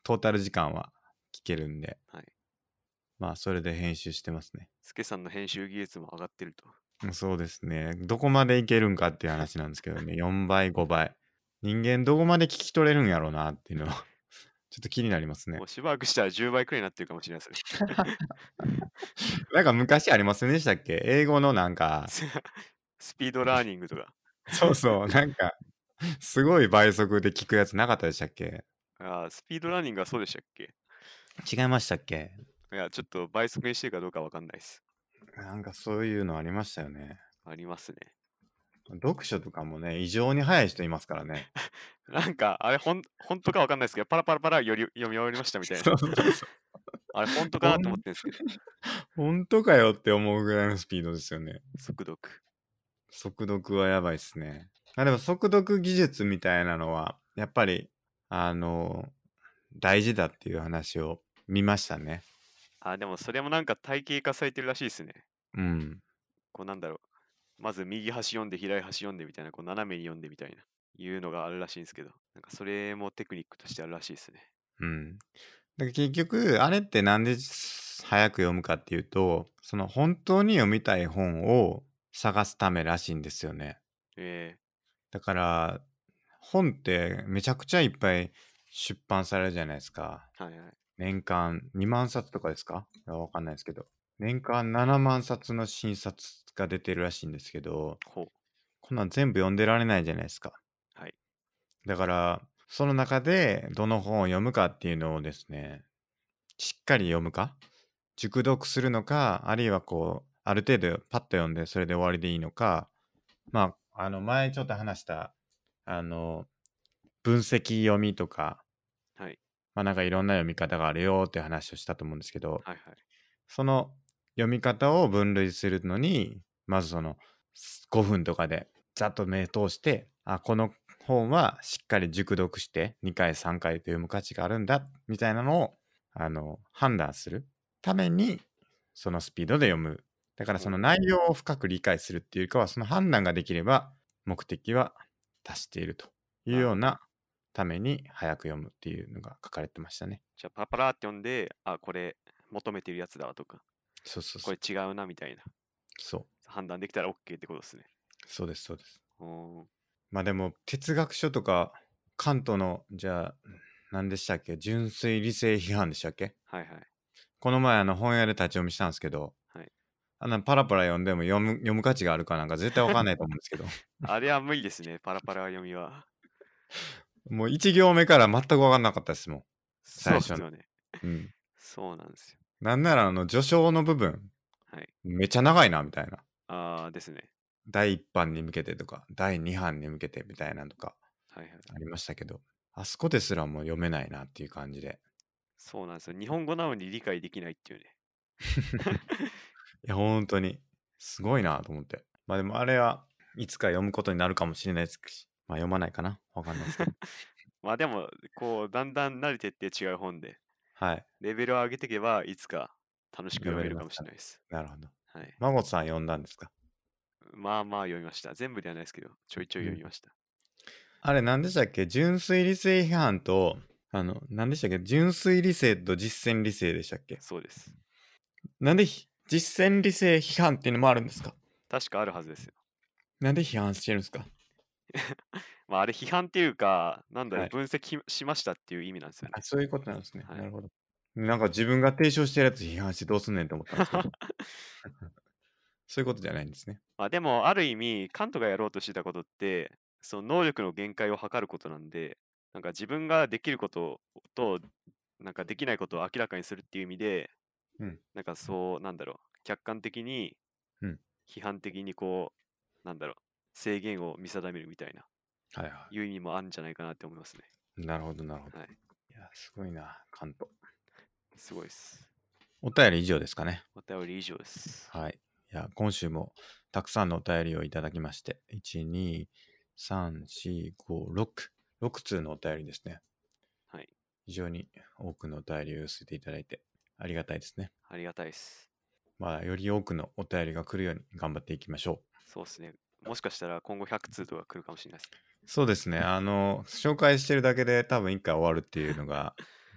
トータル時間は聞けるんで、 はい。 まあ、それで編集してますね。 スケさんの編集技術も上がってると。 そうですね。どこまでいけるんかっていう話なんですけどね。よんばい、ごばい。人間どこまで聞き取れるんやろうなっていうのは、ちょっと気になりますねもう。しばらくしたらじゅうばいくらいになってるかもしれないですね。 なんか昔ありませんでしたっけ？英語のなんか、 スピードラーニングとか。 そうそう、なんか、すごい倍速で聞くやつなかったでしたっけ？ あースピードラーニングはそうでしたっけ？ 違いましたっけ？ いや、ちょっと倍速にしてるかどうかわかんないです。 なんかそういうのありましたよね。 ありますね。 読書とかもね、異常に早い人いますからね。 なんか、あれ、ほん、本当かわかんないですけど、パラパラパラより読み終わりましたみたいな。 そうそうそう。 あれ、本当かほんなと思ってるんですけど、 本当かよって思うぐらいのスピードですよね。 速読。 速読はやばいっすね。あ、でも速読技術みたいなのは、やっぱり、あの、大事だっていう話を見ましたね。 あ、でもそれもなんか体系化されてるらしいですね。 うん。 こうなんだろう。まず右端読んで、左端読んでみたいな、こう斜めに読んでみたいな、いうのがあるらしいんですけど、なんかそれもテクニックとしてあるらしいですね。 うん。だから結局、あれってなんで早く読むかっていうと、その本当に読みたい本を探すためらしいんですよね。 えだから、本ってめちゃくちゃいっぱい出版されるじゃないですか。 ー、はいはい。 年間にまんさつとかですか？いやわかんないですけど。年間ななまんさつの新冊が出てるらしいんですけど、 ほう。 こんなん全部読んでられないじゃないですか。 はい。 だから、その中でどの本を読むかっていうのをですね、しっかり読むか、熟読するのか、あるいはこう、ある程度パッと読んでそれで終わりでいいのか、まあ、あの、前ちょっと話した、あの、分析読みとか、 はい。 まあなんかいろんな読み方があるよって話をしたと思うんですけど、 はいはい。 その読み方を分類するのに、まずそのごふんとかでざっと目通して、あ、この本はしっかり熟読してにかいさんかいと読む価値があるんだみたいなのをあの判断するためにそのスピードで読む。だからその内容を深く理解するっていうかはその判断ができれば目的は達しているというようなために早く読むっていうのが書かれてましたね。 じゃあパラパラって読んで、あ、これ求めてるやつだとか、こそうそうそう。 れ違うなみたいなそう。 判断できたら OK ってことですね。 そうです、そうです。 おーまあでも、哲学書とか、カントの、じゃあ、何でしたっけ？純粋理性批判でしたっけ？ はいはい。 この前、あの、本屋で立ち読みしたんですけど、 はい。 あの、パラパラ読んでも読む、読む価値があるかなんか絶対わかんないと思うんですけど、 あれは無理ですね、パラパラ読みは。 もう一行目から全くわかんなかったですもん。最初の。 そうですよね。 うん。 そうなんですよ。 なんなら、あの、序章の部分、 はい。 めっちゃ長いな、みたいな。 ああですね。 だいいっ版に向けてとか、だいに版に向けてみたいなのとかはいはい。 ありましたけど、あそこですらもう読めないなっていう感じで。 そうなんですよ。日本語なのに理解できないっていうね。 いや、本当に、すごいなと思って。まあでもあれはいつか読むことになるかもしれないですし、まあ読まないかなわかんないですけど。 まあでも、こう、だんだん慣れてって違う本で、 はい。 レベルを上げていけば、いつか楽しく読読めるかめれますかね。 もしれないです。 なるほど。 はい。 マゴさん読んだんですか？ まあまあ読みました。全部ではないですけど、ちょいちょいうん。 読みました。 あれ何でしたっけ？純粋理性批判と、あの、何でしたっけ？純粋理性と実践理性でしたっけ？ そうです。 なんでひ実践理性批判っていうのもあるんですか？ 確かあるはずですよ。 なんで批判してるんですか？ まああれ批判っていうか、なんだろう、 はい。 分析しましたっていう意味なんですよね。 あ、そういうことなんですね。 はい。 なるほど。なんか自分が提唱してるやつ批判してどうすんねんと思ったんですけど、そういうことじゃないんですね。 まあでも、ある意味、カントがやろうとしてたことって、その能力の限界を測ることなんで、なんか自分ができることと、なんかできないことを明らかにするっていう意味で、 うん。 なんかそう、なんだろう、客観的に、 うん。 批判的にこう、なんだろう、制限を見定めるみたいな、 はいはいう意味もあるんじゃないかなって思いますね。 い。なるほど、なるほど。 はい。 いや、すごいな、カント。 すごいです。 お便り以上ですかね。 お便り以上です。 はい。いや、今週もたくさんのお便りをいただきまして、いち、に、さん、よん、ご、ろく、ろく通のお便りですね。 はい。 非常に多くのお便りを寄せていただいて、ありがたいですね。 ありがたいです。 まあ、より多くのお便りが来るように頑張っていきましょそうですね。もしかしたら今後ひゃく通とか来るかもしれないですね。 う。そうですね。あの、紹介してるだけで多分一回終わるっていうのが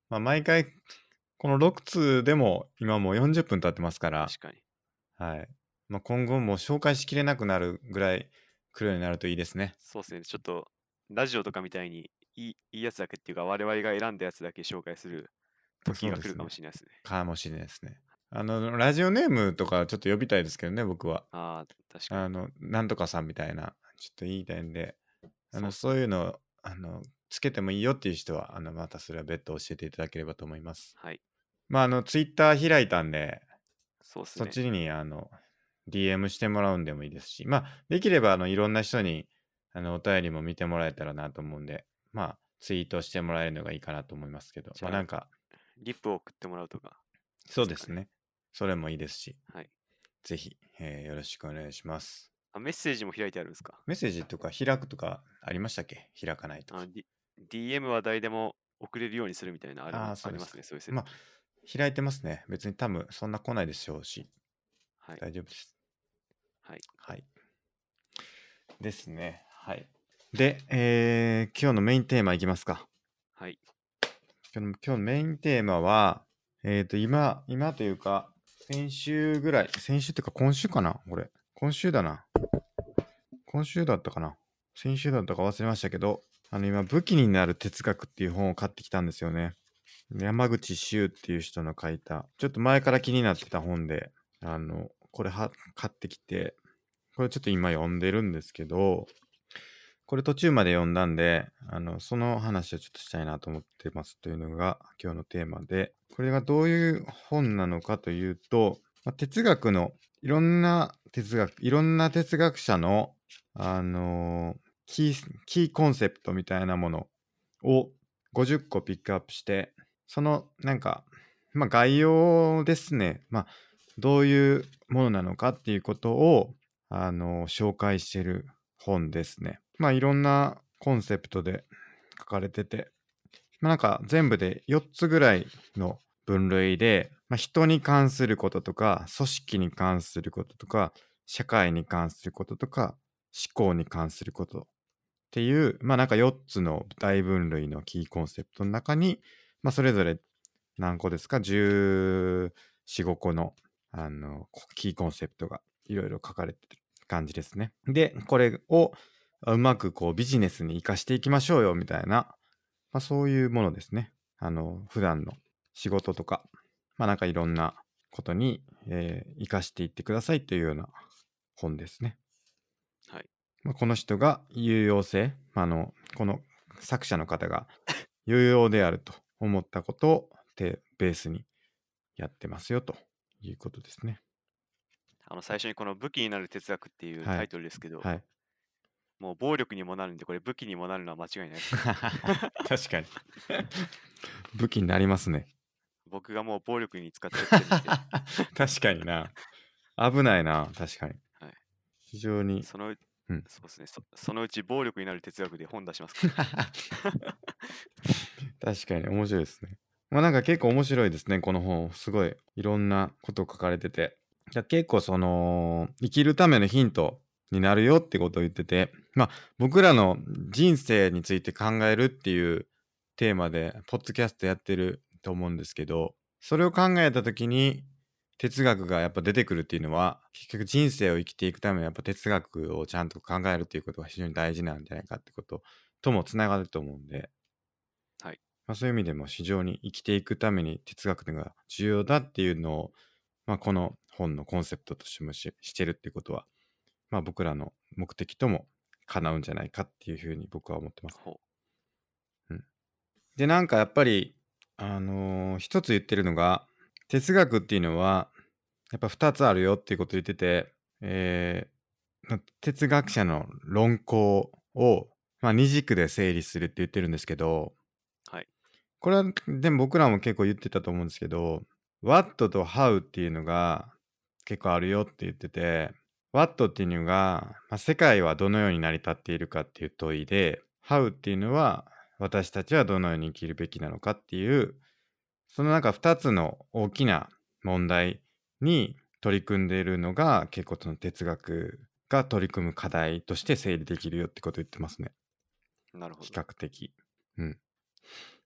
まあ、毎回、このろく通でも今もうよんじゅっぷん経ってますから、 確かに。 はい。まあ、今後も紹介しきれなくなるぐらい来るようになるといいですね。 そうですね。ちょっと、ラジオとかみたいにいい、いいやつだけっていうか、我々が選んだやつだけ紹介する時が来るそうですね。 かもしれないですね。 かもしれないですね。あの、ラジオネームとかちょっと呼びたいですけどね、僕は。 ああ、確かに。 あの、なんとかさんみたいな、ちょっと言いたいんで、あの、 そうっすね。 そういうの、あの、つけてもいいよっていう人は、あの、またそれは別途教えていただければと思います。 はい。 まあ、あの、ツイッター開いたんで、 そうっすね。 そっちに、あの、ディーエム してもらうんでもいいですし、まあ、できれば、あの、いろんな人に、あの、お便りも見てもらえたらなと思うんで、まあ、ツイートしてもらえるのがいいかなと思いますけど、まあ、 じゃあ、 なんか、 リップを送ってもらうとかですかね。 そうですね。それもいいですし、 はい。 ぜひ、えーよろしくお願いします。 あ、メッセージも開いてあるんですか？ メッセージとか開くとかありましたっけ？開かないとあ、 か。 D、ディーエム は誰でも送れるようにするみたいなあれもああ、そうですか。 ありますね、そういう設まあ、 定。 開いてますね。別に多分そんな来ないでしょうし、 はい。 大丈夫です。 はい。 はい。ですね。はい。で、えー今日のメインテーマいきますか。 はい。 今日の今日のメインテーマは、えっ、と、今、今というか、先週ぐらい、先週っていうか今週かなこれ。今週だな。今週だったかな先週だったか忘れましたけど、あの、今、武器になる哲学っていう本を買ってきたんですよね。山口周っていう人の書いた、ちょっと前から気になってた本で、あの、これは買ってきて、これちょっと今読んでるんですけど、これ途中まで読んだんで、あの、その話をちょっとしたいなと思ってますというのが今日のテーマで、これがどういう本なのかというと、まあ、哲学のいろんな哲学、いろんな哲学者の、あのーキー、キーコンセプトみたいなものをごじゅっこピックアップして、そのなんか、まあ概要ですね。まあ、どういうものなのかっていうことを、あのー紹介している本ですね。まあいろんなコンセプトで書かれてて、まあ、なんか全部でよっつぐらいの分類で、まあ、人に関することとか、組織に関することとか、社会に関することとか、思考に関することっていう、まあなんかよっつの大分類のキーコンセプトの中に、まあそれぞれ何個ですか ?じゅうよん、ごこのあのキーコンセプトがいろいろ書かれてる感じですね。で、これをうまくこうビジネスに活かしていきましょうよみたいな、まあ、そういうものですね。あの、普段の仕事とか、まあなんかいろんなことに、えー活かしていってくださいというような本ですね。 はい。 まあ、この人が有用性、あの、この作者の方が有用であると思ったことをベースにやってますよということですね。 あの、最初にこの武器になる哲学っていうタイはい。 トルですけど、 はい。 もう暴力にもなるんで、これ武器にもなるのは間違いないですね。 確かに。武器になりますね。 僕がもう暴力に使っちゃってるんで、 確かにな。危ないな。確かに。 はい。 非常に。 そのう、 うん。 そうですねそ、そのうち暴力になる哲学で本出しますからね。 確かに面白いですね。まあなんか結構面白いですね、この本。すごいいろんなこと書かれてて。じゃ結構その生きるためのヒントになるよってことを言ってて、まあ僕らの人生について考えるっていうテーマでポッドキャストやってると思うんですけど、それを考えた時に哲学がやっぱ出てくるっていうのは、結局人生を生きていくためにやっぱ哲学をちゃんと考えるっていうことが非常に大事なんじゃないかってことともつながると思うんで、 はい。 まあ、そういう意味でも非常に生きていくために哲学が重要だっていうのを、まあ、この本のコンセプトとしてもししてるっていうことは、まあ、僕らの目的とも叶うんじゃないかっていうふうに僕は思ってますね。 ほうん、でなんかやっぱり、あのー一つ言ってるのが、哲学っていうのはやっぱ二つあるよっていうことを言ってて、えー哲学者の論考を、まあ、二軸で整理するって言ってるんですけど、 う。はい。 これはでも僕らも結構言ってたと思うんですけど、What と How っていうのが結構あるよって言ってて、What っていうのが、まあ、世界はどのように成り立っているかっていう問いで、How っていうのは私たちはどのように生きるべきなのかっていう、そのなんかふたつの大きな問題に取り組んでいるのが結構その哲学が取り組む課題として整理できるよってことを言ってますね。比なるほど。 較的。うん。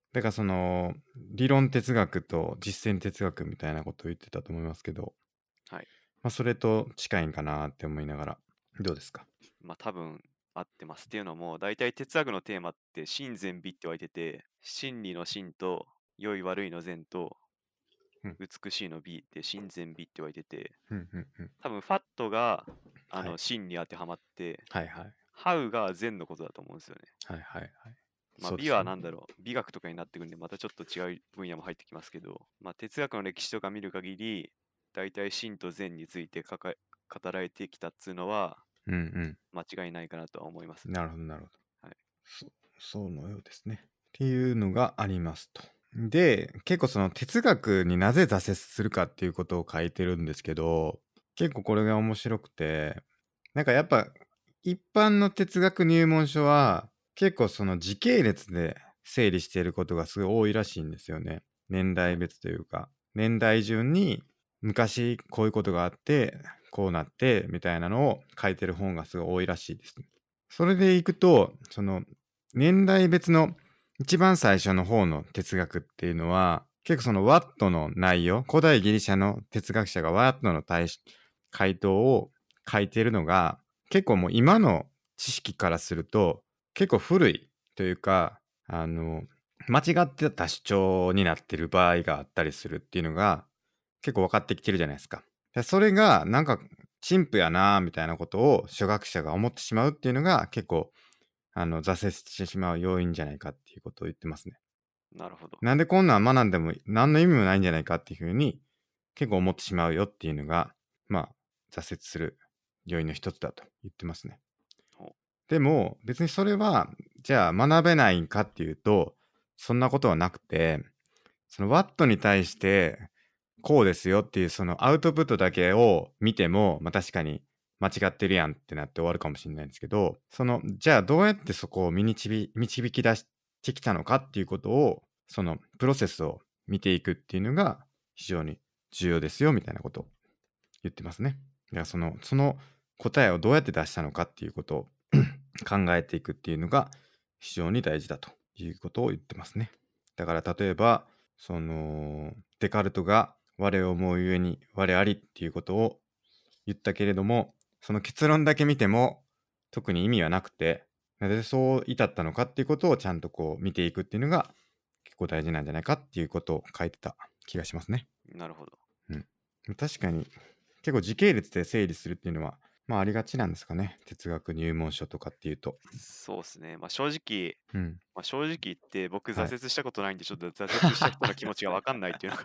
だからその理論哲学と実践哲学みたいなことを言ってたと思いますけど、 はい。 まあ、それと近いんかなって思いながら、どうですか？ まあ多分合ってます。っていうのも、大体哲学のテーマって真善美って言われてて、真理の真と良い悪いの善とうん、 美しいの美って真善美って言われてて、 うん、うん、うん。 多分ファットがあはい。 の真に当てはまって、 はいはい。 ハウが善のことだと思うんですよね。 はいはいはい。 まあ美そうですね。 は何だろう、美学とかになってくるんで、またちょっと違う分野も入ってきますけど、まあ哲学の歴史とか見る限り、大体真と善についてかか語られてきたっつうのはうんうん。 間違いないかなとは思いますね。 なるほどなるほど。 はい。 そそうのようですね。っていうのがありますと。で、結構その哲学になぜ挫折するかっていうことを書いてるんですけど、結構これが面白くて、なんかやっぱ一般の哲学入門書は結構その時系列で整理していることがすごい多いらしいんですよね。年代はい。 別というか、年代順に昔こういうことがあって、こうなってみたいなのを書いてる本がすごい多いらしいです。それでいくと、その年代別の一番最初の方の哲学っていうのは、結構そのワットの内容、古代ギリシャの哲学者がワットの対し回答を書いているのが、結構もう今の知識からすると、結構古いというか、あの、間違ってた主張になってる場合があったりするっていうのが、結構分かってきてるじゃないですか。でそれがなんか陳腐やなみたいなことを初学者が思ってしまうっていうのが結構あの挫折してしまう要因じゃないかっていうことを言ってますね。 なるほど。 なんでこんなん学んでも何の意味もないんじゃないかっていうふうに結構思ってしまうよっていうのが、まあ挫折する要因の一つだと言ってますね。 ほでも別にそれはじゃあ学べないんかっていうとそんなことはなくて、その Watt に対してこうですよっていうそのアウトプットだけを見ても、まあ、確かに間違ってるやんってなって終わるかもしれないんですけど、そのじゃあどうやってそこを導導き出してきたのかっていうことを、そのプロセスを見ていくっていうのが非常に重要ですよみたいなことを言ってますね。いやそのその答えをどうやって出したのかっていうことを考えていくっていうのが非常に大事だということを言ってますね。だから例えばそのデカルトが我を思うゆえに我ありっていうことを言ったけれども、その結論だけ見ても特に意味はなくて、なぜそう至ったのかっていうことをちゃんとこう見ていくっていうのが結構大事なんじゃないかっていうことを書いてた気がしますね。 う。なるほど。 うん、確かに結構時系列で整理するっていうのはまあありがちなんですかね。哲学入門書とかっていうと。 そうですね。まあ正直、 うん。 まあ、正直言って僕はい。 挫折したことないんで、ちょっと挫折した人の気持ちがわかんないっていうのが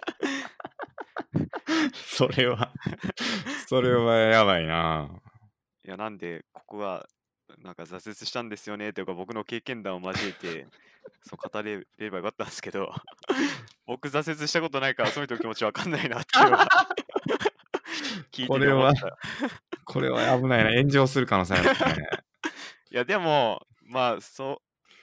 それはそれはやばいな。 いや、なんで、ここが、なんか挫折したんですよねというか、僕の経験談を交えて、そう語れればよかったんですけど、僕挫折したことないから、その人の気持ちわかんないなっていうのが聞いててこれは、 思った。 これは危ないな。炎上する可能性ありますね。 いや、でも、まあ、そう、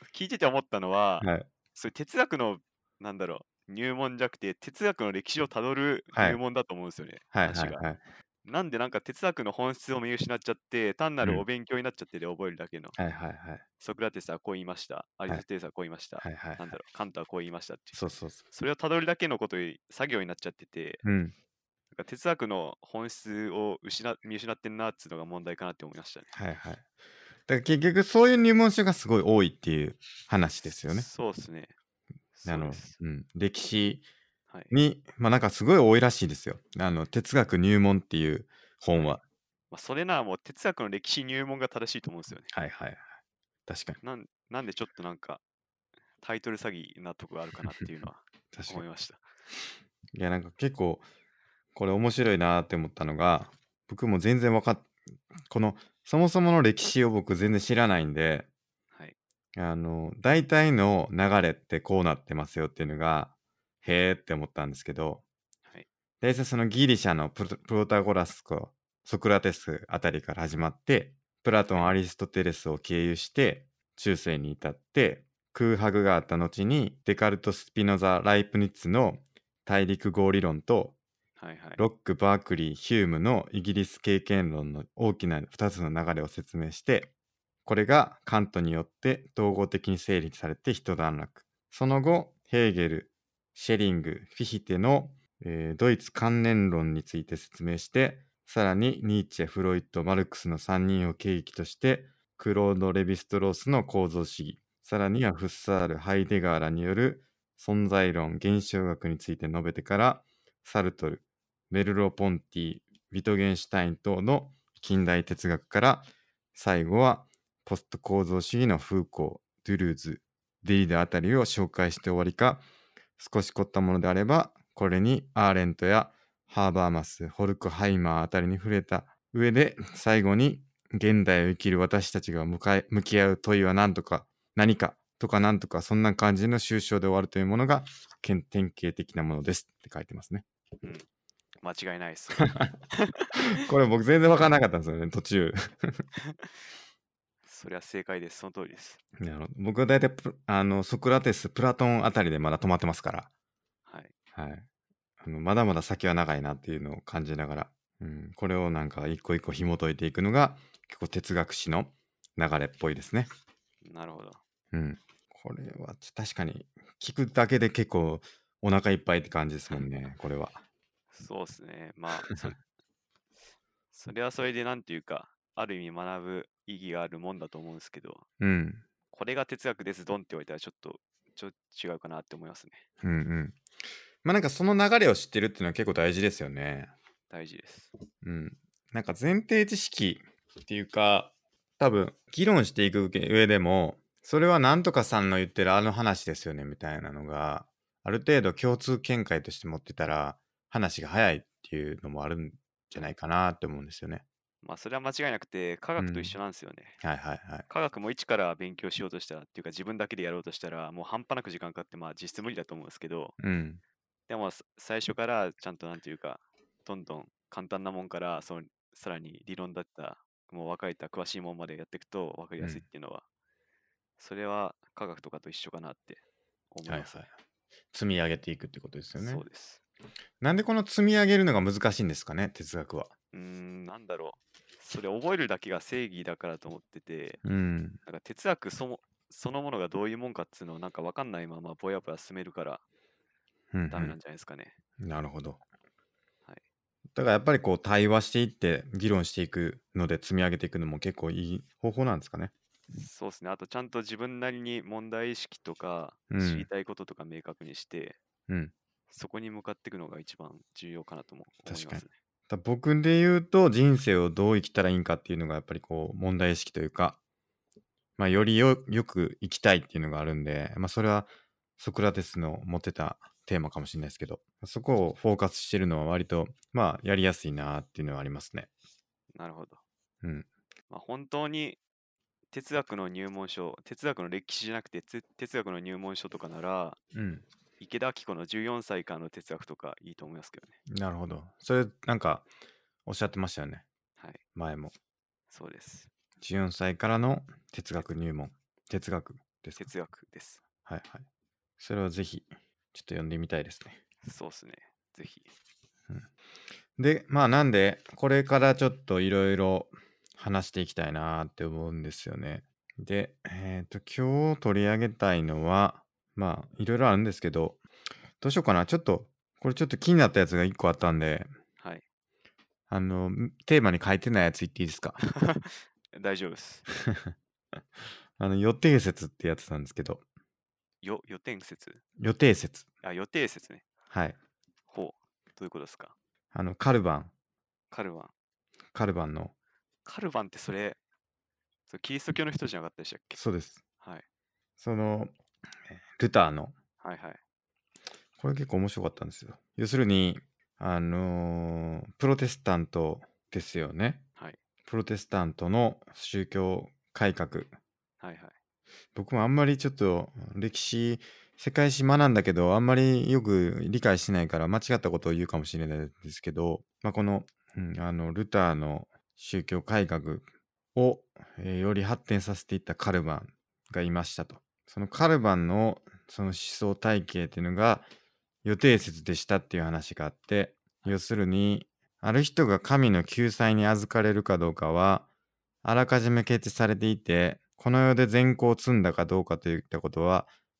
聞いてて思ったのは、 はい。 そういう哲学の、なんだろう、入門じゃなくて、哲学の歴史をたどるはい。 入門だと思うんですよね、 はいは話が。 いはい。 なんでなんか哲学の本質を見失っちゃって、単なうん。 るお勉強になっちゃってで覚えるだけの。 はいはいはい。 ソクラテスはこう言いました。アリはい。 ストテレスはこう言いました。 はいはいはい。 なんだろう、カントはこう言いましたっていう。 そうそうそそれをたどるだけのことより作業になっちゃってて、 う。うん。 なんか哲学の本質を失見失ってんなっていうのが問題かなって思いましたね。 はいはい。だから結局そういう入門書がすごい多いっていう話ですよね。 そうっすね。 あの、 そうです。 うん。歴史はい。 に、まあなんかすごい多いらしいですよ。あの、哲学入門っていう本はい。 は。 まあ、それならもう哲学の歴史入門が正しいと思うんですよね。 はいはいはい。確かに。 なんなんでちょっとなんかタイトル詐欺なとこがあるかなっていうのは確かに。 思いました。 いやなんか結構これ面白いなって思ったのが、僕も全然わかっこのそもそもの歴史を僕全然知らないんで、 はい。 あの大体の流れってこうなってますよっていうのがへーって思ったんですけど、 はい。 大体そのギリシャのプロプロタゴラスとソクラテスあたりから始まって、プラトン、 はい。 アリストテレスを経由して中世に至って空白があった後にデカルト、スピノザ、ライプニッツの大陸合理論とはいはい。 ロック、バークリー、ヒュームのイギリス経験論の大きなふたつの流れを説明して、これがカントによって統合的に整理されて一段落。 その後、ヘーゲル、シェリング、フィヒテの、えードイツ観念論について説明して、さらにニーチェ、フロイト、マルクスのさんにんを契機として、クロード・レヴィストロースの構造主義、さらにはフッサール、ハイデガーらによる存在論、現象学について述べてから、サルトル、メルロ・ポンティ、ウィトゲンシュタイン等の近代哲学から、最後はポスト構造主義のフーコー、ドゥルーズ、デリダあたりを紹介して終わりか、少し凝ったものであれば、これにアーレントやハーバーマス、ホルクハイマーあたりに触れた上で、最後に現代を生きる私たちが向かい向き合う問いは何とか、何かとか何とか、そんな感じの抽象で終わるというものが典型的なものですって書いてますね。 うん。間違いないです。 これ僕全然分からなかったんですよね、途中。 それは正解です。その通りです。 なるほど。僕は大体プあのソクラテス、プラトンあたりでまだ止まってますから、 はい。 はい、あのまだまだ先は長いなっていうのを感じながら、うん、これをなんか一個一個紐解いていくのが結構哲学史の流れっぽいですね。 なるほど。 うん、これは確かに聞くだけで結構お腹いっぱいって感じですもんね、これは。 そうですね。まあ、そそれはそれでなんていうか、ある意味学ぶ意義があるもんだと思うんですけど、 うん、 これが哲学です、ドンって言われたらちょっと、ちょっと違うかなって思いますね。 うんうん。まあなんかその流れを知ってるっていうのは結構大事ですよね。 大事です。 うん。なんか前提知識っていうか、多分議論していく上でも、それはなんとかさんの言ってるあの話ですよねみたいなのが、ある程度共通見解として持ってたら、話が早いっていうのもあるんじゃないかなって思うんですよね。 まあ、それは間違いなくて、科学と一うん。 緒なんですよね。 はいはいはい。 科学も一から勉強しようとしたら、っていうか自分だけでやろうとしたら、もう半端なく時間かかって、まあ実質無理だと思うんですけど、 うん。 でもさ最初からちゃんとなんていうか、どんどん簡単なもんから、そのさらに理論だった、もう分かれた詳しいもんまでやっていくと分かりやすいっうん。 ていうのは、それは科学とかと一緒かなって思はいはい。 いますね。 積み上げていくってことですよね。 そうです。 なんでこの積み上げるのが難しいんですかね、哲学は。 うーん、なんだろう。それ覚えるだけが正義だからと思ってて、 うん。 なんか哲学そもそのものがどういうもんかっていうのをなんか分かんないままぼやぼや進めるからうんダメなんじゃないですかね。 うん。なるほど。 はい。 だからやっぱりこう対話していって議論していくので積み上げていくのも結構いい方法なんですかね。 そうですね。あとちゃんと自分なりに問題意識とかうん。 知りたいこととか明確にして、 うん。 そこに向かっていくのが一番重要かなとも思い確かに。 ますね。 だ僕で言うと人生をどう生きたらいいんかっていうのがやっぱりこう問題意識というか、まあ、よりよよく生きたいっていうのがあるんで、まあ、それはソクラテスの持ってたテーマかもしれないですけど、そこをフォーカスしてるのは割とまあやりやすいなっていうのはありますね。 なるほど。 うん。 まあ、本当に哲学の入門書、哲学の歴史じゃなくてつ哲学の入門書とかなら、 うん。 池田明子のじゅうよんさいからの哲学とかいいと思いますけどね。 なるほど。それなんかおっしゃってましたよね。 はい。 前も。 そうです。 じゅうよんさいからの哲学入門。哲学ですか。 哲学です。 はいはい。それをぜひちょっと読んでみたいですね。 そうですね。ぜひ。 うん、で、まあなんで、これからちょっといろいろ話していきたいなって思うんですよね。で、えっと、今日取り上げたいのは、まあいろいろあるんですけど、どうしようかな。ちょっと、これちょっと気になったやつがいっこあったんで、 はい。 あの、テーマに書いてないやつ言っていいですか。 大丈夫です。 あの、予定説ってやつなんですけど、 よ、予定説予定説。 あ、予定説ね。 はい。 ほう。どういうことですか。 あの、カルバン。 カルバン。 カルバンの、 カルバンってそれ、それキリスト教の人じゃなかったでしたっけ。 そうです。 はい。 その、ルターの、 はいはい。 これ結構面白かったんですよ。要するに、あのープロテスタントですよね。 はい。 プロテスタントの宗教改革。 はいはい。 僕もあんまりちょっと歴史、世界史学んだけど、あんまりよく理解してないから間違ったことを言うかもしれないですけど、まあ、この、うん、あの、ルターの宗教改革を、えーより発展させていったカルバンがいましたと。そのカルバンのその思想体系っていうのが予定説でしたっていう話があって、要するに、ある人が神の救済に預かれるかどうかは、あらかじめ決定されていて、この世で善行を積んだかどうかといったことは、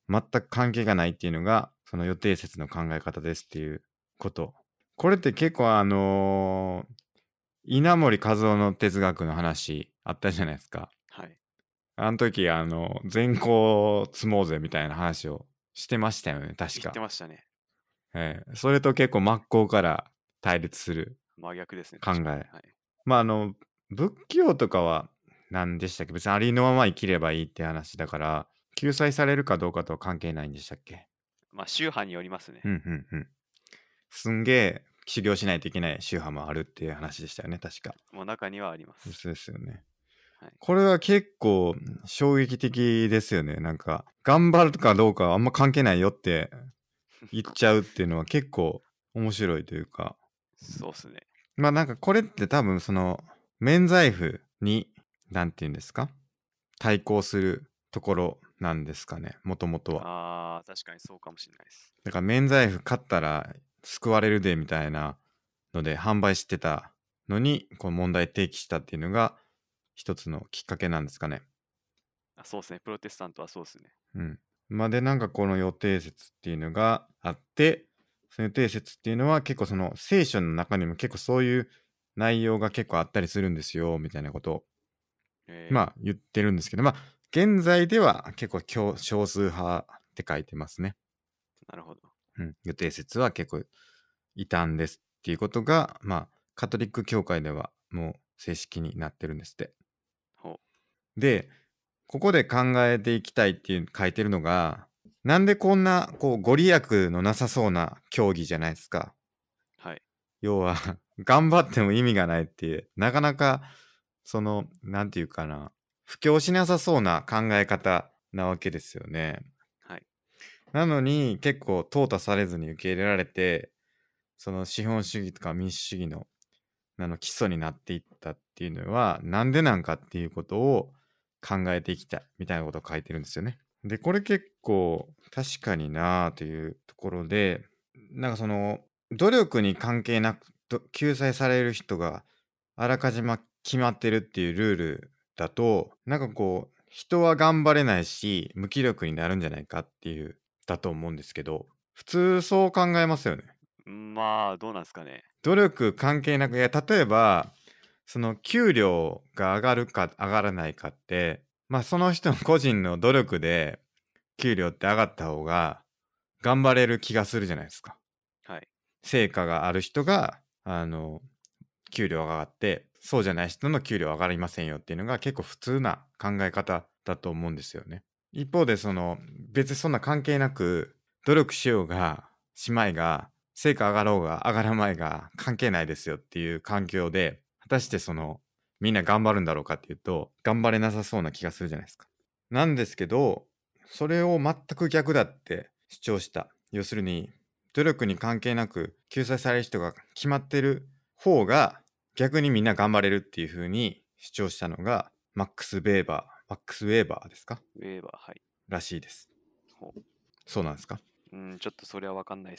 全く関係がないっていうのがその予定説の考え方ですっていうこと。これって結構あのー稲盛和夫の哲学の話あったじゃないですか。 はい。 あの時あの全校積もうぜみたいな話をしてましたよね、確言っか。 てましたね。 ええ、それと結構真っ向から対立する真逆ですね、 考確かに。 え。 はい。 まああの仏教とかは何でしたっけ、別にありのまま生きればいいって話だから救済されるかどうかとは関係ないんでしたっけ。 まあ、宗派によりますね。 うんうんうん。すんげえ修行しないといけない宗派もあるっていう話でしたよね、確か。 もう中にはあります。 そうですよね。 はい。 これは結構衝撃的ですよね。なんか頑張るかどうかはあんま関係ないよって言っちゃうっていうのは結構面白いというか。 そうっすね。 まあなんかこれって多分その免罪符に何て言うんですか、対抗するところなんですかね、もともとは。 ああ、確かにそうかもしれないです。 だから免罪符買ったら救われるでみたいなので販売してたのにこの問題提起したっていうのが一つのきっかけなんですかね。 あ、そうですね。プロテスタントはそうですね。 うん。まあでなんかこの予定説っていうのがあって、その予定説っていうのは結構その聖書の中にも結構そういう内容が結構あったりするんですよみたいなことをえまあ言ってるんですけど、まあ現在では結構少少数派って書いてますね。 ー、なるほど。 うん、予定説は結構異端ですっていうことが、まあカトリック教会ではもう正式になってるんですって。 ほで、ここで考えていきたいっていう書いてるのが、なんでこんなこうご利益のなさそうな競技じゃないですか。 う。はい。 要は頑張っても意味がないっていう、なかなかそのなんていうかな、布教しなさそうな考え方なわけですよね。 はい。 なのに結構淘汰されずに受け入れられて、その資本主義とか民主主義のあの基礎になっていったっていうのはなんでなんかっていうことを考えていきたいみたいなことを書いてるんですよね。でこれ結構確かになあというところで、なんかその努力に関係なくと救済される人があらかじめ決まってるっていうルールだと、なんかこう人は頑張れないし無気力になるんじゃないかっていうだと思うんですけど、普通そう考えますよね。 まあ、どうなんですかね。 努力関係なく、いや例えばその給料が上がるか上がらないかって、まあその人の個人の努力で給料って上がった方が頑張れる気がするじゃないですか。 はい。 成果がある人があの給料が上がって、そうじゃない人の給料上がりませんよっていうのが結構普通な考え方だと思うんですよね。一方でその別にそんな関係なく努力しようがしまいが成果上がろうが上がらないが関係ないですよっていう環境で、果たしてそのみんな頑張るんだろうかっていうと頑張れなさそうな気がするじゃないですか。なんですけど、それを全く逆だって主張した。要するに努力に関係なく救済される人が決まってる方が逆にみんな頑張れるっていう風に主張したのがマックス・ベーバー、マックス・ウェーバーですかウェーバー、はい。 らしいです。 ほそうなんですか。 う。うん、ちょっとそれはわかんないです。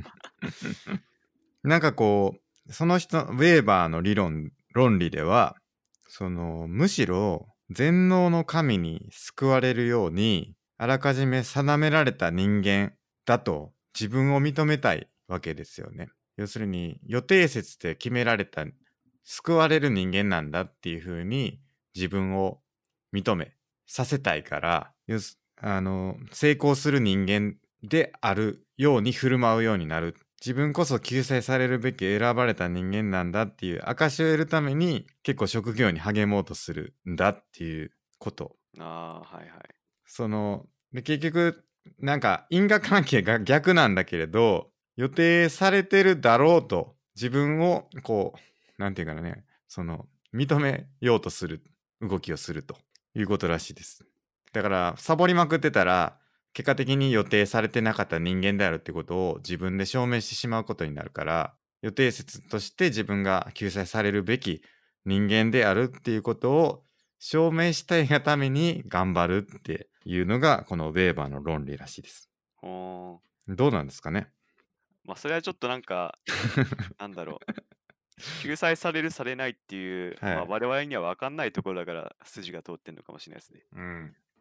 なんかこうその人ウェーバーの理論論理では、そのむしろ全能の神に救われるようにあらかじめ定められた人間だと自分を認めたいわけですよね。要するに予定説で決められた救われる人間なんだっていう風に自分を認めさせたいから、要すあの成功する人間であるように振る舞うようになる。自分こそ救済されるべき選ばれた人間なんだっていう証を得るために結構職業に励もうとするんだっていうこと。 ああ、はいはい。 そので結局なんか因果関係が逆なんだけれど予定されてるだろうと自分をこうなんていうかね、その認めようとする動きをするということらしいです。だからサボりまくってたら結果的に予定されてなかった人間であるってことを自分で証明してしまうことになるから、予定説として自分が救済されるべき人間であるっていうことを証明したいがために頑張るっていうのがこのウェーバーの論理らしいです。 ほどうなんですかね。 ー。まあ、それはちょっとなんか、なんだろう。救済される、されないっていう、まあ、 はい。 我々には分かんないところだから筋が通ってんのかもしれないですね。 うん。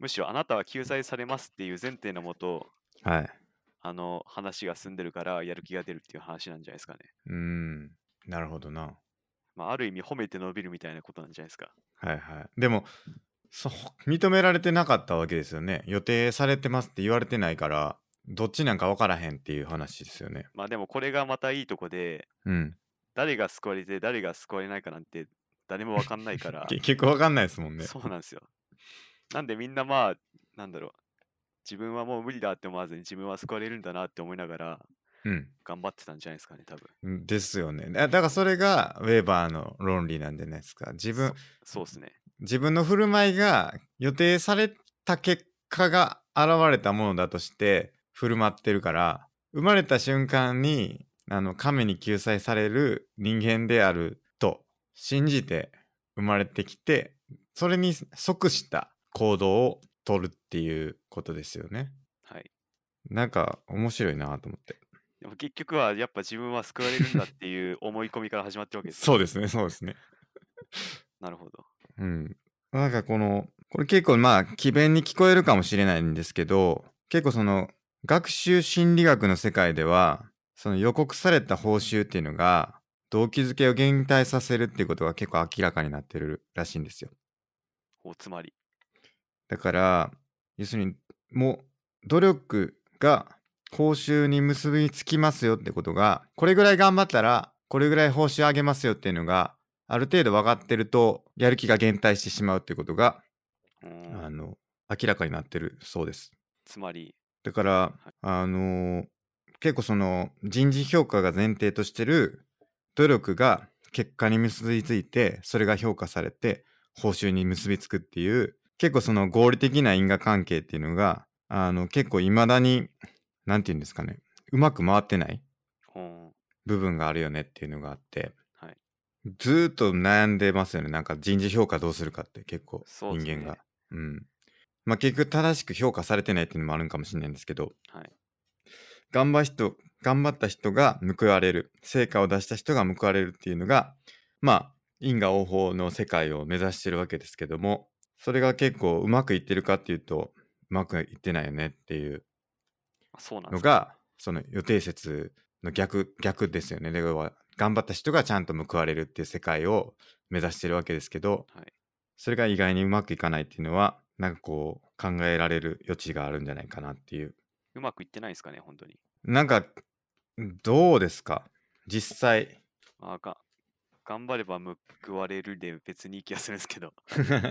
むしろあなたは救済されますっていう前提のもと、 はい。 あの話が進んでるからやる気が出るっていう話なんじゃないですかね。 うーん。なるほどな。 まあ、ある意味褒めて伸びるみたいなことなんじゃないですか。 はいはい。でも、そう、認められてなかったわけですよね。予定されてますって言われてないから、どっちなんか分からへんっていう話ですよね。 まあでもこれがまたいいとこで、 うん。 誰が救われて誰が救われないかなんて誰もわかんないから、 結局分かんないですもんね。 そうなんですよ。なんでみんなまあ、なんだろう、自分はもう無理だって思わずに自分は救われるんだなって思いながらうん。 頑張ってたんじゃないですかね、多分。 うんですよね。だだからそれがウェーバーの論理なんじゃないですか。自分、 そ、そうですね。 自分の振る舞いが予定された結果が現れたものだとして振る舞ってるから、生まれた瞬間にあの神に救済される人間であると信じて生まれてきて、それに即した行動を取るっていうことですよね。 はい。 なんか面白いなと思って。 でも結局はやっぱ自分は救われるんだっていう思い込みから始まってるわけですよね。 そうですね、そうですね。 なるほど。 うん。なんかこの、これ結構まあ、詭弁に聞こえるかもしれないんですけど、結構その、学習心理学の世界では、その予告された報酬っていうのが、動機づけを減退させるっていうことが結構明らかになってるらしいんですよ。 おつまり。 だから、要するに、もう、努力が報酬に結びつきますよってことが、これぐらい頑張ったら、これぐらい報酬あげますよっていうのが、ある程度分かってると、やる気が減退してしまうっていうことが、 うーん。 あの、明らかになってるそうです。 つまり、 だから、 はい。 あの、結構その人事評価が前提としてる努力が結果に結びついて、それが評価されて報酬に結びつくっていう、結構その合理的な因果関係っていうのが、あの、結構未だに、なんて言うんですかね、うまく回ってないほーん。 部分があるよねっていうのがあって、 はい。 ずーっと悩んでますよね。なんか人事評価どうするかって結構そうですね。 人間が。うん。まあ結局正しく評価されてないっていうのもあるんかもしれないんですけど、 はい。 頑張人、頑張った人が報われる、成果を出した人が報われるっていうのが、まあ因果応報の世界を目指してるわけですけども、それが結構うまくいってるかっていうと、うまくいってないよねっていうあ、そうなんですか。 のが、その予定説の逆、逆ですよね。要は頑張った人がちゃんと報われるっていう世界を目指してるわけですけど、 はい。 それが意外にうまくいかないっていうのは、なんかこう考えられる余地があるんじゃないかなっていう。 うまくいってないですかね、本当に。 なんか、どうですか実際。 まあ、が頑張れば報われるで別にいい気がするんですけど。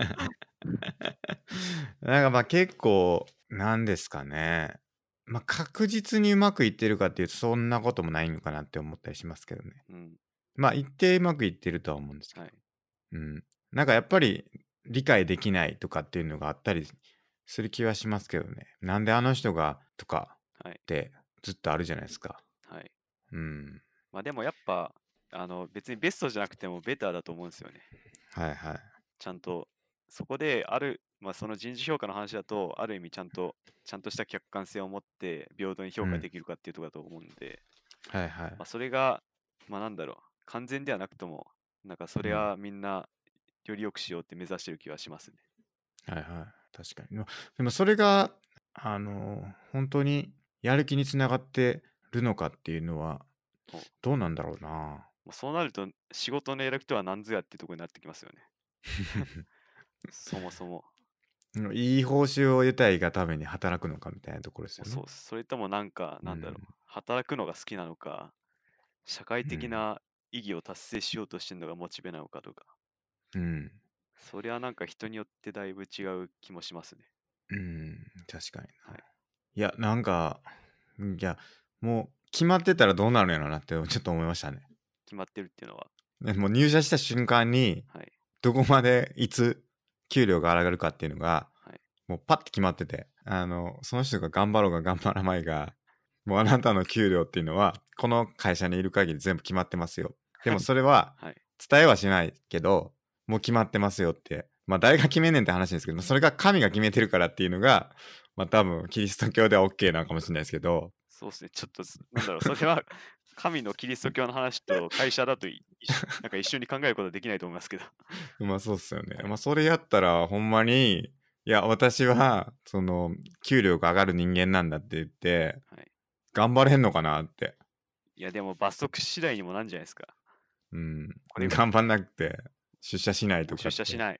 なんかまあ結構、なんですかね。まあ確実にうまくいってるかっていうと、そんなこともないのかなって思ったりしますけどね。 うん。 まあ一定うまくいってるとは思うんですけど。 はい。 うん。なんかやっぱり理解できないとかっていうのがあったりする気はしますけどね。なんであの人がとかはい。 ってずっとあるじゃないですか。 はい。 うん。 まあでもやっぱ、あの、別にベストじゃなくてもベターだと思うんですよね。 はいはい。 ちゃんと、そこである、まあその人事評価の話だと、ある意味ちゃんと、ちゃんとした客観性を持って平等に評価うん。 できるかっていうところだと思うんで、 はいはい。 まあそれが、まあなんだろう、完全ではなくとも、なんかそれうん。 はみんなより良くしようって目指してる気はしますね。 はいはい。確かに。までもそれが、あの、本当にやる気につながってるのかっていうのは、 おどうなんだろうな。 まあそうなると、仕事のやる気とは何ぞやっていうところになってきますよね。そもそも。 うんいい報酬を得たいがために働くのかみたいなところですよね。 もうそう、それともなんか、なんだろう、 うん。 働くのが好きなのか、社会うん。 的な意義を達成しようとしてるのがモチベなのかとか、 うん。 それはなんか人によってだいぶ違う気もしますね。 うん。確かにな。 はい。 いや、なんか、いや、もう決まってたらどうなるんやろうなってちょっと思いましたね。 決まってるっていうのは、 ねもう入社した瞬間に、 はい。 どこまでいつ給料が上がるかっていうのが、 はい。 もうパッて決まってて、あの、その人が頑張ろうが頑張らないが、もうあなたの給料っていうのは、この会社にいる限り全部決まってますよ。でもそれははい。 伝えはしないけど、もう決まってますよって。まあ誰が決めんねんって話ですけど、それが神が決めてるからっていうのが、まあ多分キリスト教では OK なのかもしれないですけど、 そうですね。ちょっとす、なんだろう、それは神のキリスト教の話と会社だとい一緒なんか一緒に考えることはできないと思いますけど。 まあそうっすよね。 はい。 まあそれやったらほんまにいや、私は、その、給料が上がる人間なんだって言って、 はい。 頑張れんのかなって。 いや、でも罰則次第にもなんじゃないですか。 うん。 これ、 頑張んなくて、出社しないもうとかって。 出社しない。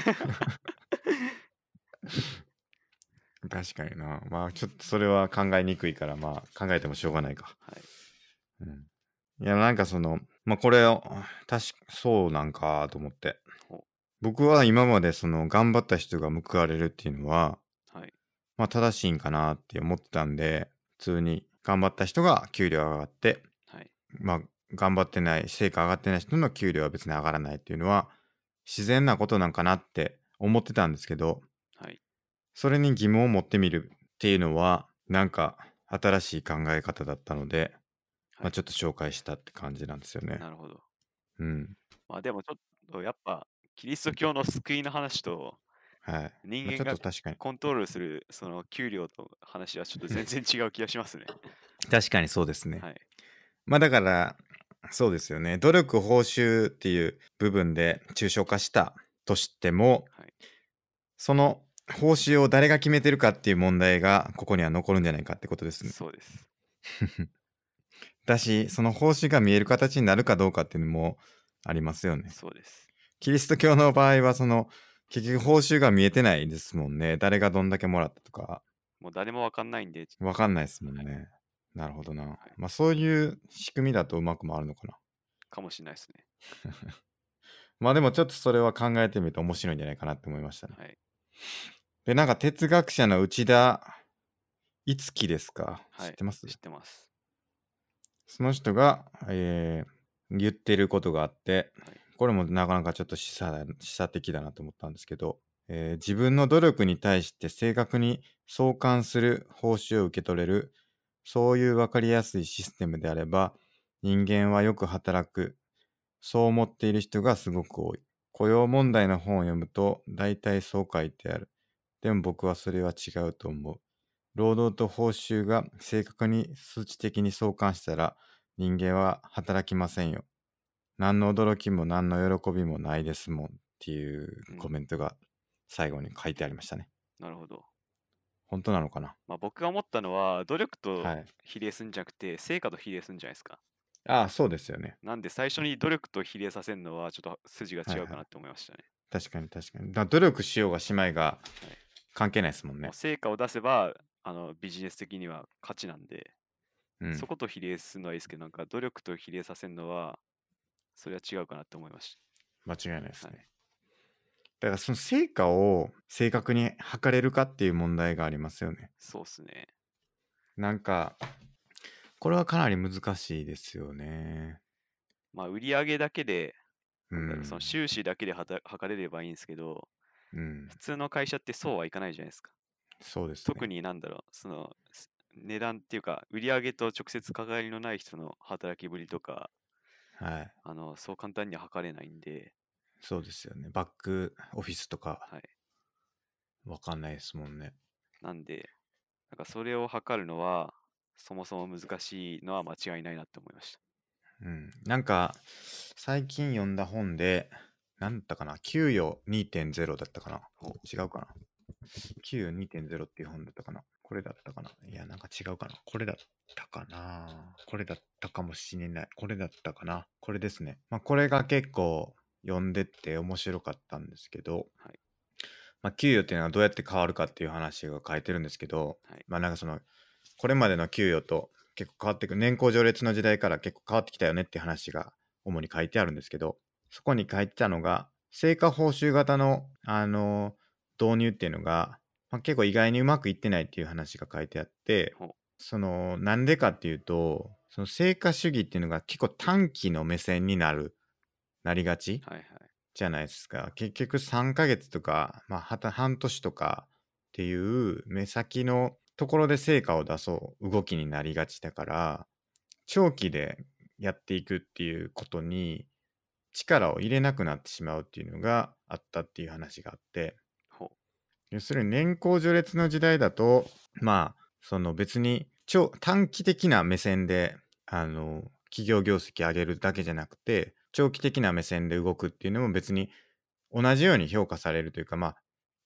確かにな。まあ、ちょっとそれは考えにくいから、まあ、考えてもしょうがないか。 はい。 うん。いや、なんかその、まあ、これを、確か、そうなんかと思って。 ほ僕は今までその、頑張った人が報われるっていうのは、 はい。 まあ、正しいんかなって思ってたんで、普通に頑張った人が給料上がって、 はい。 まあ、頑張ってない、成果上がってない人の給料は別に上がらないっていうのは、自然なことなんかなって思ってたんですけど、 はい。 それに疑問を持ってみるっていうのは、なんか新しい考え方だったので、まあ、 はい。 ちょっと紹介したって感じなんですよね。 なるほど。 うん。 まあでもちょっとやっぱ、キリスト教の救いの話と、 はい。まあ、ちょっ人間がと確かに。 コントロールするその給料と話はちょっと全然違う気がしますね。 確かにそうですね。 はい。 まあだから、そうですよね。努力報酬っていう部分で抽象化したとしても、 はい。 その報酬を誰が決めてるかっていう問題がここには残るんじゃないかってことですね。 そうです。 だし、その報酬が見える形になるかどうかっていうのもありますよね。 そうです。 キリスト教の場合は、その、結局報酬が見えてないですもんね。誰がどんだけもらったとか、 もう誰もわかんないんで、 わかんないですもんはい。 ね。なるほどな。 はい。 まあそういう仕組みだとうまく回るのかな。 かもしれないですね。 まあでもちょっとそれは考えてみると面白いんじゃないかなって思いましたね。 はい。 で、なんか哲学者の内田逸樹ですか。 はい。 知ってます？ 知ってます。 その人が、えー言ってることがあって、 はい。 これもなかなかちょっと示唆だ示唆的だなと思ったんですけど、えー自分の努力に対して正確に相関する報酬を受け取れる、そういう分かりやすいシステムであれば、人間はよく働く、そう思っている人がすごく多い。雇用問題の本を読むと、大体そう書いてある。でも僕はそれは違うと思う。労働と報酬が正確に数値的に相関したら、人間は働きませんよ。何の驚きも何の喜びもないですもんっていううん。 コメントが最後に書いてありましたね。 なるほど。 本当なのかな？ まあ僕が思ったのは、努力とはい。 比例するんじゃなくて、成果と比例するんじゃないですか。 ああ、そうですよね。 なんで最初に努力と比例させるのはちょっと筋がはいはい。 違うかなって思いましたね。 確かに確かに。だ努力しようがしまいがはい。 関係ないですもんもうね。 成果を出せば、あのビジネス的には勝ちなんで、 うん。 そこと比例するのはいいですけど、なんか努力と比例させるのは、それは違うかなって思いまし間違いないでた。はい。 すね。だからその成果を正確に測れるかっていう問題がありますよね。 そうっすね。 なんか、これはかなり難しいですよね。 まあ売上だけで、 うなんだろう、そのん。 収支だけではた測れればいいんですけど、 うん。 普通の会社ってそうはいかないじゃないですか。 そうです特ね。 になんだろう、そのす値段っていうか、売上と直接関わりのない人の働きぶりとか、 はい。 あの、そう簡単には測れないんで、 そうですよね。バックオフィスとかはい。 わかんないですもんね。 なんで、なんかそれを測るのは、そもそも難しいのは間違いないなって思いましうん。なんか、最近読んだ本で、なんだったかな、給与にてんゼロだったかな。 ほ違うかな。給与にてんゼロっていう本だったかな。これだったかな。いや、なんか違うかな。これだったかな。これだったかもしれない。これだったかな。これですね。まあ、これが結構読んでって面白かったんですけど、 はい。 まあ、給与っていうのはどうやって変わるかっていう話が書いてるんですけど、 はい。 まあなんかその、これまでの給与と結構変わってく、年功序列の時代から結構変わってきたよねっていう話が主に書いてあるんですけど、そこに書いてたのが、成果報酬型の、あの導入っていうのが、まあ、結構意外にうまくいってないっていう話が書いてあって、 ほその、なんでかっていうと、その成果主義っていうのが結構短期の目線になる、なりがちはいはい。 じゃないですか。結局さんかげつとか、まあ、はた半年とかっていう目先のところで成果を出そう動きになりがちだから、長期でやっていくっていうことに力を入れなくなってしまうっていうのがあったっていう話があって、 ほ要するに年功序列の時代だと、まあ、その別に超短期的な目線で、あの、企業業績上げるだけじゃなくて、長期的な目線で動くっていうのも別に同じように評価されるというか、まあ、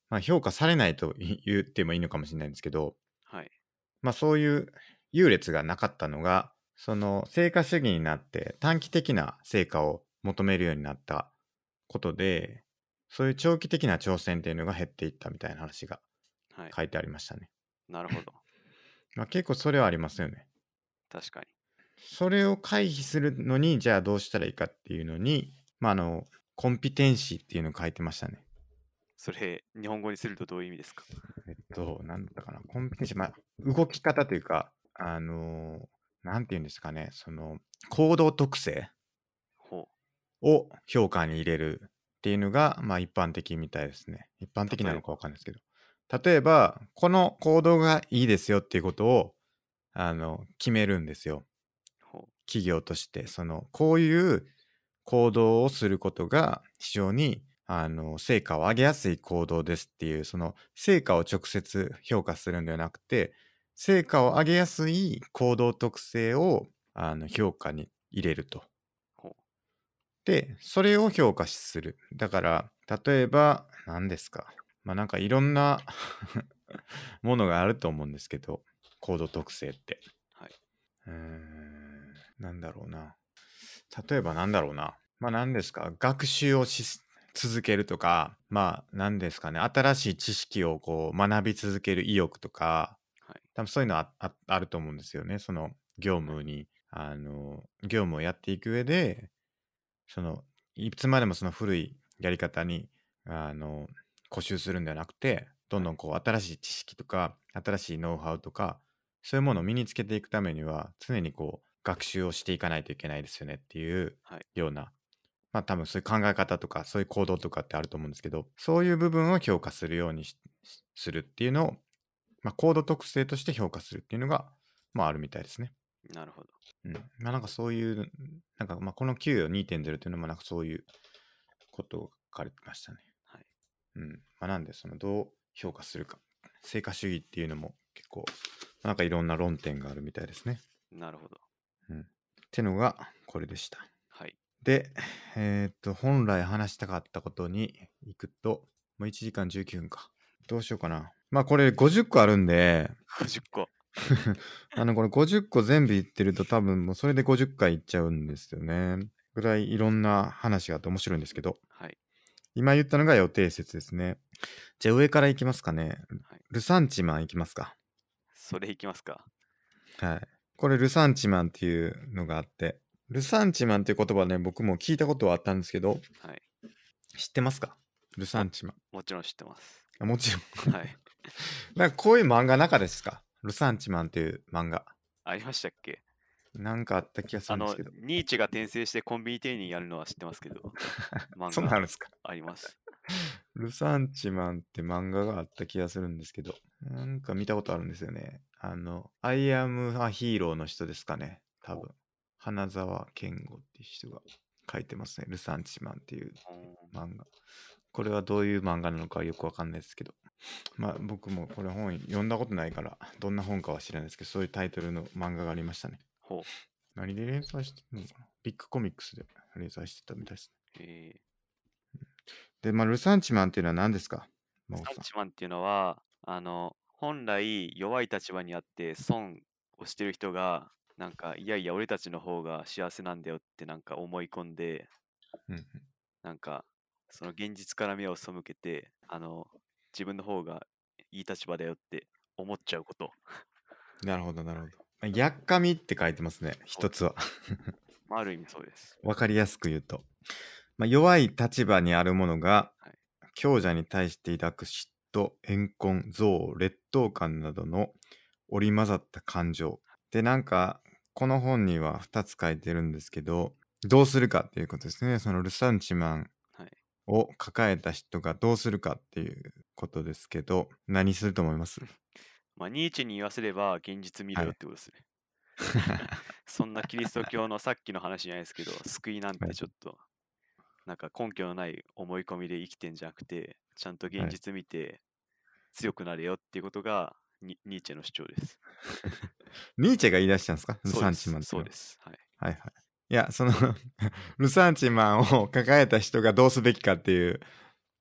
まあ、評価されないと言ってもいいのかもしれないんですけど、 はい。 まあ、そういう優劣がなかったのが、その成果主義になって短期的な成果を求めるようになったことで、そういう長期的な挑戦っていうのが減っていったみたいな話がはい。 書いてありましたね。 なるほど。 まあ、結構それはありますよね。 確かに。 それを回避するのに、じゃあどうしたらいいかっていうのに、まあ、あの、コンピテンシーっていうのを書いてましたね。 それ、日本語にするとどういう意味ですか？ えっと、なんだったかな。コンピテンシー、まあ、動き方というか、あのーなんていうんですかね、その、行動特性ほを評価に入れるっていうのが、まあ一般的みたいですね。一般的う。 なのか例えば。 わかんないですけど。例えば、この行動がいいですよっていうことを、あの、決めるんですよ。 ほ企業として。その、こういう行動をすることが非常に、あの、成果を上げやすい行動ですっていう、その、成果を直接評価するんではなくて、成果を上げやすい行動特性を、あの、評価に入れると。 う。ほで、それを評価する。だから、例えば、何ですか。まあなんかいろんなものがあると思うんですけど、行動特性って。 う。はい。 うーん、なんだろうな。例えばなんだろうな。まあ何ですか。学習をし続けるとか、まあ何ですかね。新しい知識をこう学び続ける意欲とか、 はい。 多分そういうのはあ、あ、あると思うんですよね。その業はい。 務に、あの、業務をやっていく上で、そのいつまでもその古いやり方にあの固執するんではなくて、どんはい。 どんこう新しい知識とか新しいノウハウとかそういうものを身につけていくためには常にこう学習をしていかないといけないですよねっていうはい。 ような、まあ多分そういう考え方とかそういう行動とかってあると思うんですけど、そういう部分を評価するようにしするっていうのを、まあ、行動特性として評価するっていうのが、まあ、あるみたいですね。 なるほど。 うん。まあなんかそういう、なんかまあこの給与にてんゼロっていうのもなんかそういうことを書かれてましたね。 はい。 うん。まあなんでそのどう評価するか。成果主義っていうのも結構、なんかいろんな論点があるみたいですね。 なるほど。 うん。ってのがこれでした。 はい。 で、えーっと、本来話したかったことに行くと、もういちじかんじゅうきゅうふんか。どうしようかな。まあこれごじゅっこあるんで、 ごじゅっこ。 あのこれごじゅっこ全部言ってると多分もうそれでごじゅっかい言っちゃうんですよね。ぐらいいろんな話があって面白いんですけど、 はい。 今言ったのが予定説ですね。じゃあ上から行きますかね。 はい。 ルサンチマン行きますか。 それいきますか。 はい。これルサンチマンっていうのがあって、ルサンチマンっていう言葉ね、僕も聞いたことはあったんですけど、 はい。 知ってますか。ルサも、 ンチマン。 もちろん知ってます。 あ、もちろん。 はい。 なんかこういう漫画中ですか。ルサンチマンっていう漫画。 ありましたっけ？ なんかあった気がすあの、 るんですけど。 ニーチェが転生してコンビニ店員やるのは知ってますけど、漫画そんなんあるんですか。 あります。 ルサンチマンって漫画があった気がするんですけど、なんか見たことあるんですよね。あの、アイアムアヒーローの人ですかね。多ほ分。花沢健吾っていう人が書いてますね。ルサンチマンっていうう。 漫画。これはどういう漫画なのかよくわかんないですけど。まあ僕もこれ本読んだことないから、どんな本かは知らないですけど、そういうタイトルの漫画がありましたね。 ほう。 何で連載してるのかな。ビッグコミックスで連載してたみたいですね。 えー、 で、まあルサンチマンっていうのは何ですか、真帆さん。 サンチマンっていうのは、あの、本来弱い立場にあって損をしてる人が、なんか、いやいや、俺たちの方が幸せなんだよってなんか思い込んで、 うんうん、 なんか、その現実から目を背けて、あの、自分の方がいい立場だよって思っちゃうこと。 なるほど、なるほど。まあやっかみって書いてますね、 そうです。 一つは。 まあ、ある意味そうです。 わかりやすく言うと。まあ、弱い立場にあるものが、 はい。 強者に対して抱く嫉妬、怨恨、憎悪、劣等感などの織り交ざった感情。で、なんか、この本にはふたつ書いてるんですけど、どうするかっていうことですね。そのルサンチマンはい。 を抱えた人がどうするかっていうことですけど、何すると思います？ まあ、ニーチェに言わせれば現実見ろはい。 よってことですね。そんなキリスト教のさっきの話じゃないですけど、救いなんはい。 てちょっと、なんか根拠のない思い込みで生きてんじゃなくて、ちゃんと現はい。 実見て強くなれよっていうことがニニーチェの主張です。 ニーチェが言い出したんですか、ルサンチそうです。 マンっていうのは。 そうです。はい。 はいはい。いや、そのルサンチマンを抱えた人がどうすべきかっていう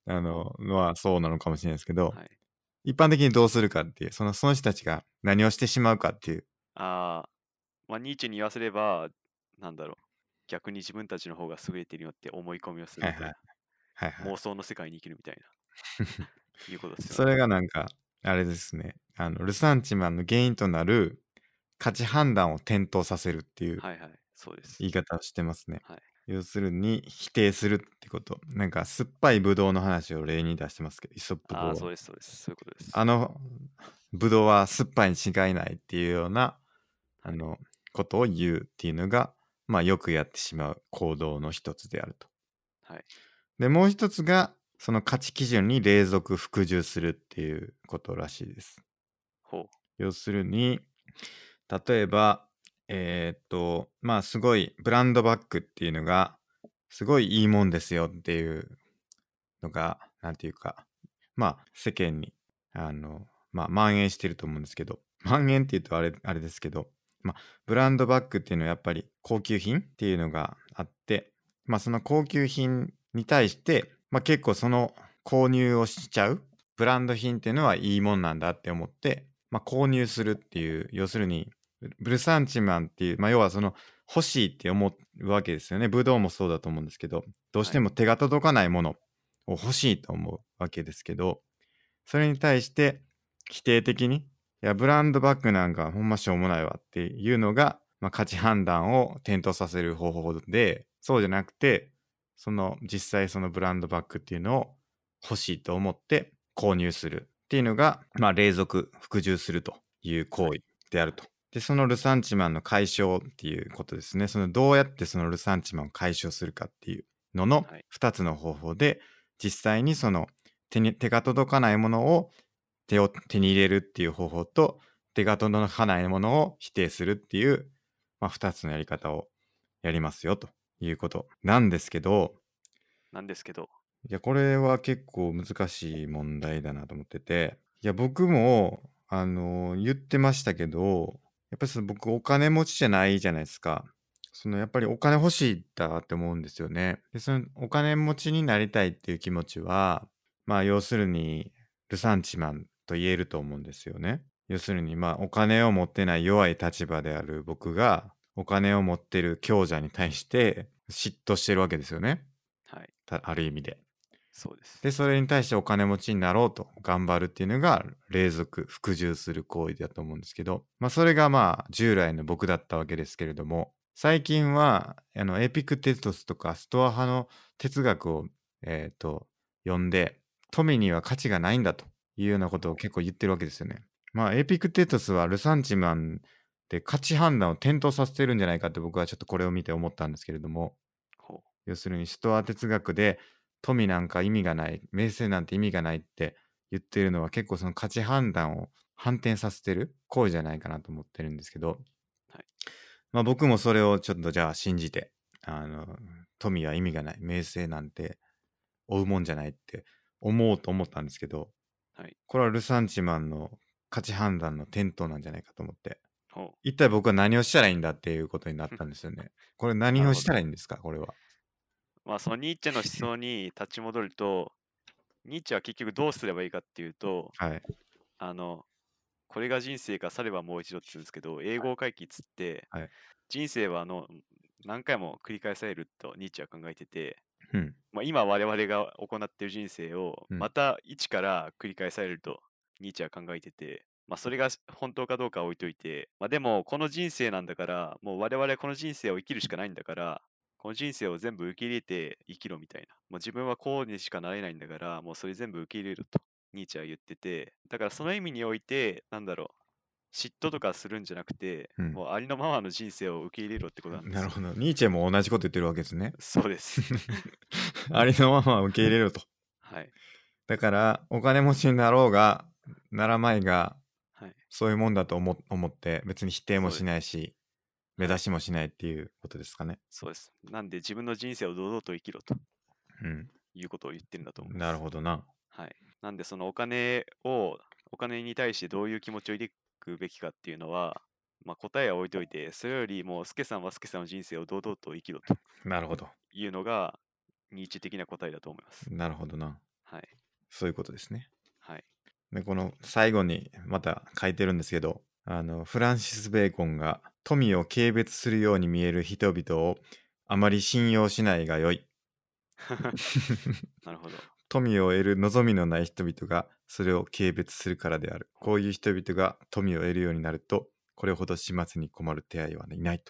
あほの、のはそうなのかもしれないですけう。 ど、 はい。 一般的にどうするかっていう、そのその人たちが何をしてしまうかっていう。 ああ、まあ、ニーチェに言わせれば、なんだろう。逆に自分たちの方が優れているよって思い込みをするはいはい。 みたいな。 はいはい。 妄想の世界に生きるみたいな、いうことですよそね。 れがなんか、あれですね。あの、ルサンチマンの原因となる価値判断を転倒させるっていうはいはい。そうです。 言い方をしてますね。 はい。 要するに、否定するってこと。なんか、酸っぱいブドウの話を例に出してますけど、イソップああ、 童話。 そうです、そうです。そういうことです。 あの、ブドウは酸っぱいに違いないっていうような、あはい。 の、ことを言うっていうのが、まあ、よくやってしまう行動の一つであると。 はい。 で、もう一つが、その価値基準に隷属服従するっていうことらしいです。 ほう。 要するに、例えば、えーっと、まあ、すごい、ブランドバッグっていうのが、すごいいいもんですよっていうのが、なんていうか、まあ、世間に、あの、まあ、蔓延してると思うんですけど、蔓延って言うとあれ、あれですけど、まあ、ブランドバッグっていうのはやっぱり高級品っていうのがあって、まあ、その高級品に対して、まあ、結構その購入をしちゃう、ブランド品っていうのはいいもんなんだって思って、まあ、購入するっていう、要するに、ブルサンチマンっていう、まあ、要はその欲しいって思うわけですよね。ブドウもそうだと思うんですけど、どうしはい。 ても手が届かないものを欲しいと思うわけですけど、それに対して否定的に、いや、ブランドバッグなんかほんましょうもないわっていうのが、まあ、価値判断を転倒させる方法で、そうじゃなくて、その実際そのブランドバッグっていうのを欲しいと思って購入するっていうのが、まあ、隷属、服従するというはい。 行為であると。で、そのルサンチマンの解消っていうことですね。そのどうやってそのルサンチマンを解消するかっていうののはい。 ふたつの方法で、実際にその手に手が届かないものを手を手に入れるっていう方法と、手が届かないものを否定するっていう、まあ、ふたつのやり方をやりますよということなんですけど、 なんですけど、 いや、これは結構難しい問題だなと思ってて、いや、僕も、あの、言ってましたけど、やっぱりその僕お金持ちじゃないじゃないですか。そのやっぱりお金欲しいだって思うんですよね。で、そのお金持ちになりたいっていう気持ちは、まあ要するにルサンチマンと言えると思うんですよね。要するにまあお金を持ってない弱い立場である僕がお金を持ってる強者に対して嫉妬してるわけですよね。 はい。 たある意味で。 そうです。 で、それに対してお金持ちになろうと頑張るっていうのが、隷属、服従する行為だと思うんですけど、まあ、それがまあ、従来の僕だったわけですけれども、最近は、あの、エピクテトスとかストア派の哲学を、えっと、読んで、富には価値がないんだというようなことをほう。 結構言ってるわけですよね。まあ、エピクテトスはルサンチマンで価値判断を転倒させてるんじゃないかって僕はちょっとこれを見て思ったんですけれども、 ほう。 要するにストア哲学で富なんか意味がない、名声なんて意味がないって言ってるのは結構その価値判断を反転させてる行為じゃないかなと思ってるんですけど、 はい。 まあ僕もそれをちょっとじゃあ信じて、あの、富は意味がない、名声なんて追うもんじゃないって思おうと思ったんですけど、 はい。 これはルサンチマンの価値判断の転倒なんじゃないかと思って、 ほう。 一体僕は何をしたらいいんだっていうことになったんですよね。これ何をしなるほど。 たらいいんですか、これは。 まあ、そのニーチェの思想に立ち戻ると、ニーチェは結局どうすればいいかっていうと、 はい。 あの、これが人生か去ればもう一度って言うんですけど、英語回帰っつって、 はい。 人生はあの何回も繰り返されるとニーチェは考えてて、 うん。 まあ、今我々が行っている人生をうん。 また一から繰り返されるとニーチェは考えてて、まあ、それが本当かどうかは置いといて、まあ、でもこの人生なんだから、もう我々はこの人生を生きるしかないんだから、この人生を全部受け入れて生きろみたいな。もう自分はこうにしかなれないんだから、もうそれ全部受け入れるとニーチェは言ってて、だからその意味において、なんだろう、嫉妬とかするんじゃなくて、 うん。 もうありのままの人生を受け入れろってことなんですよ。 なるほど。ニーチェも同じこと言ってるわけですね。 そうです。 ありのまま受け入れろと。 はい。 だから、お金持ちになろうが、ならまいが、 はい。 そういうもんだと思思って、別に否定もしそうです。 ないし、目はい。 指しもしないっていうことですかね。 そうです。なんで自分の人生を堂々と生きろとうん。 いうことを言ってるんだと思いまなるす。 ほどな。 はい。なんでそのお金を、お金に対してどういう気持ちを抱くべきかっていうのは、まあ、答えは置いといて、それよりも、スケさんはスケさんの人生を堂々と生きろとなるほど。 いうのが、ニーチェ的な答えだと思います。 なるほどな。 はい。 そういうことですね。 はい。 で、この最後にまた書いてるんですけど、あの、フランシス・ベーコンが富を軽蔑するように見える人々をあまり信用しないがよい。 なるほど。 富を得る望みのない人々がそれを軽蔑するからである。 ほうこういう人々が富を得るようになると、これほど始末に困る手合いはいないと。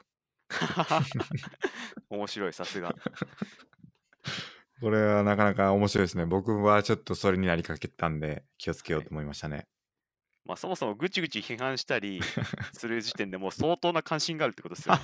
面白い、さすが。 これはなかなか面白いですね。僕はちょっとそれになりかけたんで気をつけよはい。 うと思いましたね。 まあ、そもそもぐちぐち批判したりする時点でもう相当な関心があるってことですよね。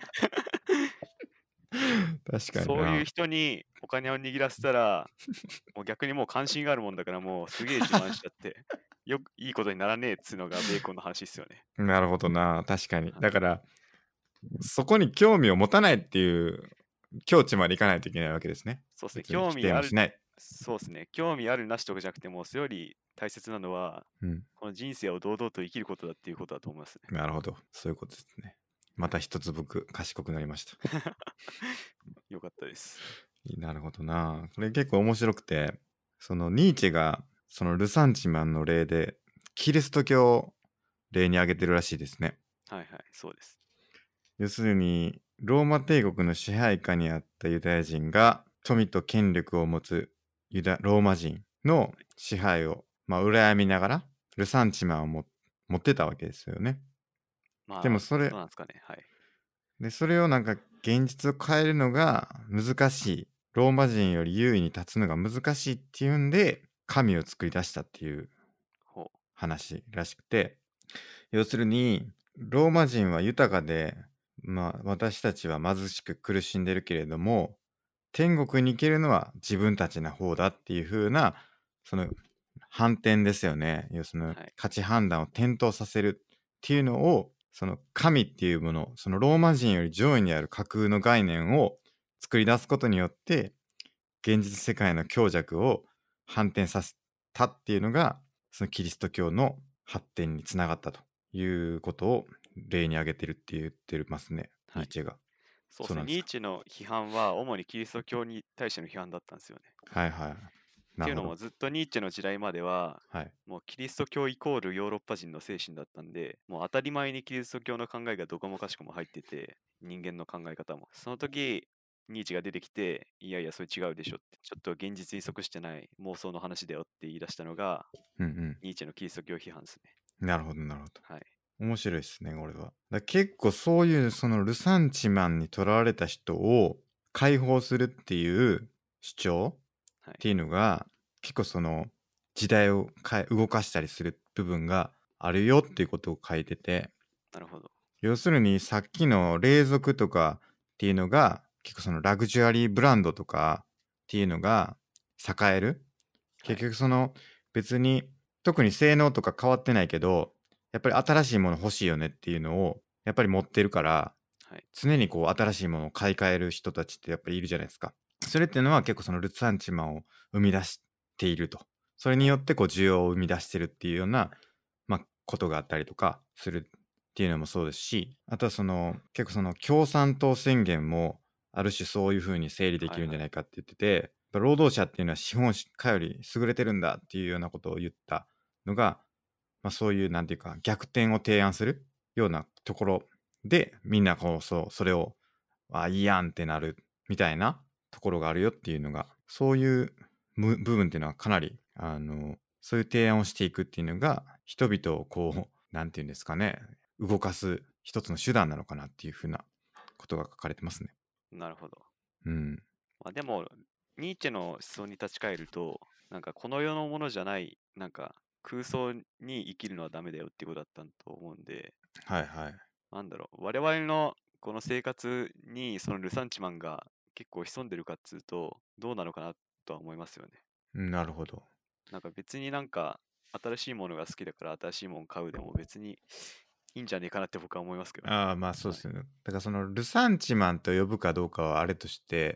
確かにそういうな。 人にお金を握らせたら、もう逆にもう関心があるもんだから、もうすげえ自慢しちゃって、よくいいことにならねえっつうのがベーコンの話ですよね。 なるほどな。確かに。 はい。 だから、そこに興味を持たないっていう境地までいかないといけないわけですね。 そうですね。 別に否興味ある、 定もしない。 そうですね。興味あるなしとかじゃなくても、それより大切なのは、 うん。 この人生を堂々と生きることだっていうことだと思いますね。 なるほど。そういうことですね。まはい。 た一つ僕、賢くなりました。 よかったです。 なるほどな。これ結構面白くて、そのニーチェが、そのルサンチマンの例で、キリスト教を例に挙げてるらしいですね。 はいはい、そうです。 要するに、ローマ帝国の支配下にあったユダヤ人が、富と権力を持つユダローマ人の支配を、まあ、羨みながら、ルサンチマンをも持ってたわけですよね。でまあ、 もそれ、 どうなんですかね。はい。 で、それをなんか現実を変えるのが難しい。ローマ人より優位に立つのが難しいっていうんで、神を作り出したっていうほう。 話らしくて、要するに、ローマ人は豊かで、まあ私たちは貧しく苦しんでるけれども、天国に行けるのは自分たちの方だっていう風な、その反転ですよね。要するにはい。 価値判断を転倒させるっていうのを、その神っていうもの、そのローマ人より上位にある架空の概念を作り出すことによって、現実世界の強弱を反転させたっていうのが、そのキリスト教の発展につながったということを例に挙げてるって言ってますね、 はい。 ニーチェが。 そうですね。 そうなんですか。 ニーチェの批判は主にキリスト教に対しての批判だったんですよね。 はいはい。 っていうのもなるほど。 ずっとニーチェの時代までは、 はい。 もうキリスト教イコールヨーロッパ人の精神だったんで、もう当たり前にキリスト教の考えがどこもかしこも入ってて、人間の考え方も。その時、ニーチェが出てきて、いやいや、それ違うでしょって、ちょっと現実に即してない妄想の話だよって言い出したのが、 うんうん。 ニーチェのキリスト教批判ですね。 なるほどなるほど。 はい。 面白いですね、これは。だ結構そういうそのルサンチマンにとらわれた人を解放するっていう主張はい。 っていうのが結構その時代を変え動かしたりする部分があるよっていうことを書いてて、 なるほど。 要するにさっきの霊俗とかっていうのが結構そのラグジュアリーブランドとかっていうのが栄える。結はい。 局その別に特に性能とか変わってないけど、やっぱり新しいもの欲しいよねっていうのをやっぱり持ってるから、 はい。 常にこう新しいものを買い替える人たちってやっぱりいるじゃないですか。それっていうのは結構そのルツアンチマンを生み出していると。それにはい。 よってこう需要を生み出してるっていうような、まあ、ことがあったりとかするっていうのもそうですし、あとはその結構その共産党宣言もある種そういうふうに整理できるんじゃはいはい。 ないかって言ってて、労働者っていうのは資本家より優れてるんだっていうようなことを言ったのが、まあ、そういうなんていうか逆転を提案するようなところで、みんなこうそうそれをあいいやんってなるみたいなところがあるよっていうのが、そういう部分っていうのはかなりあのそういう提案をしていくっていうのが人々をこうなんていうんですかね、動かす一つの手段なのかなっていうふうなことが書かれてますね。 なるほど。 うん。 まあ、でも、ニーチェの思想に立ち返ると、なんかこの世のものじゃない、なんか空想に生きるのはダメだよっていうことだったと思うんで、 はいはい。 なんだろう、我々のこの生活にそのルサンチマンが結構潜んでるかっつうと、どうなのかなとは思いますよね。 なるほど。 なんか別になんか新しいものが好きだから新しいもの買うでも別にいいんじゃねえかなって僕は思いますけどね。 ああ、まあそうではい。 すね。だからそのルサンチマンと呼ぶかどうかはあれとして、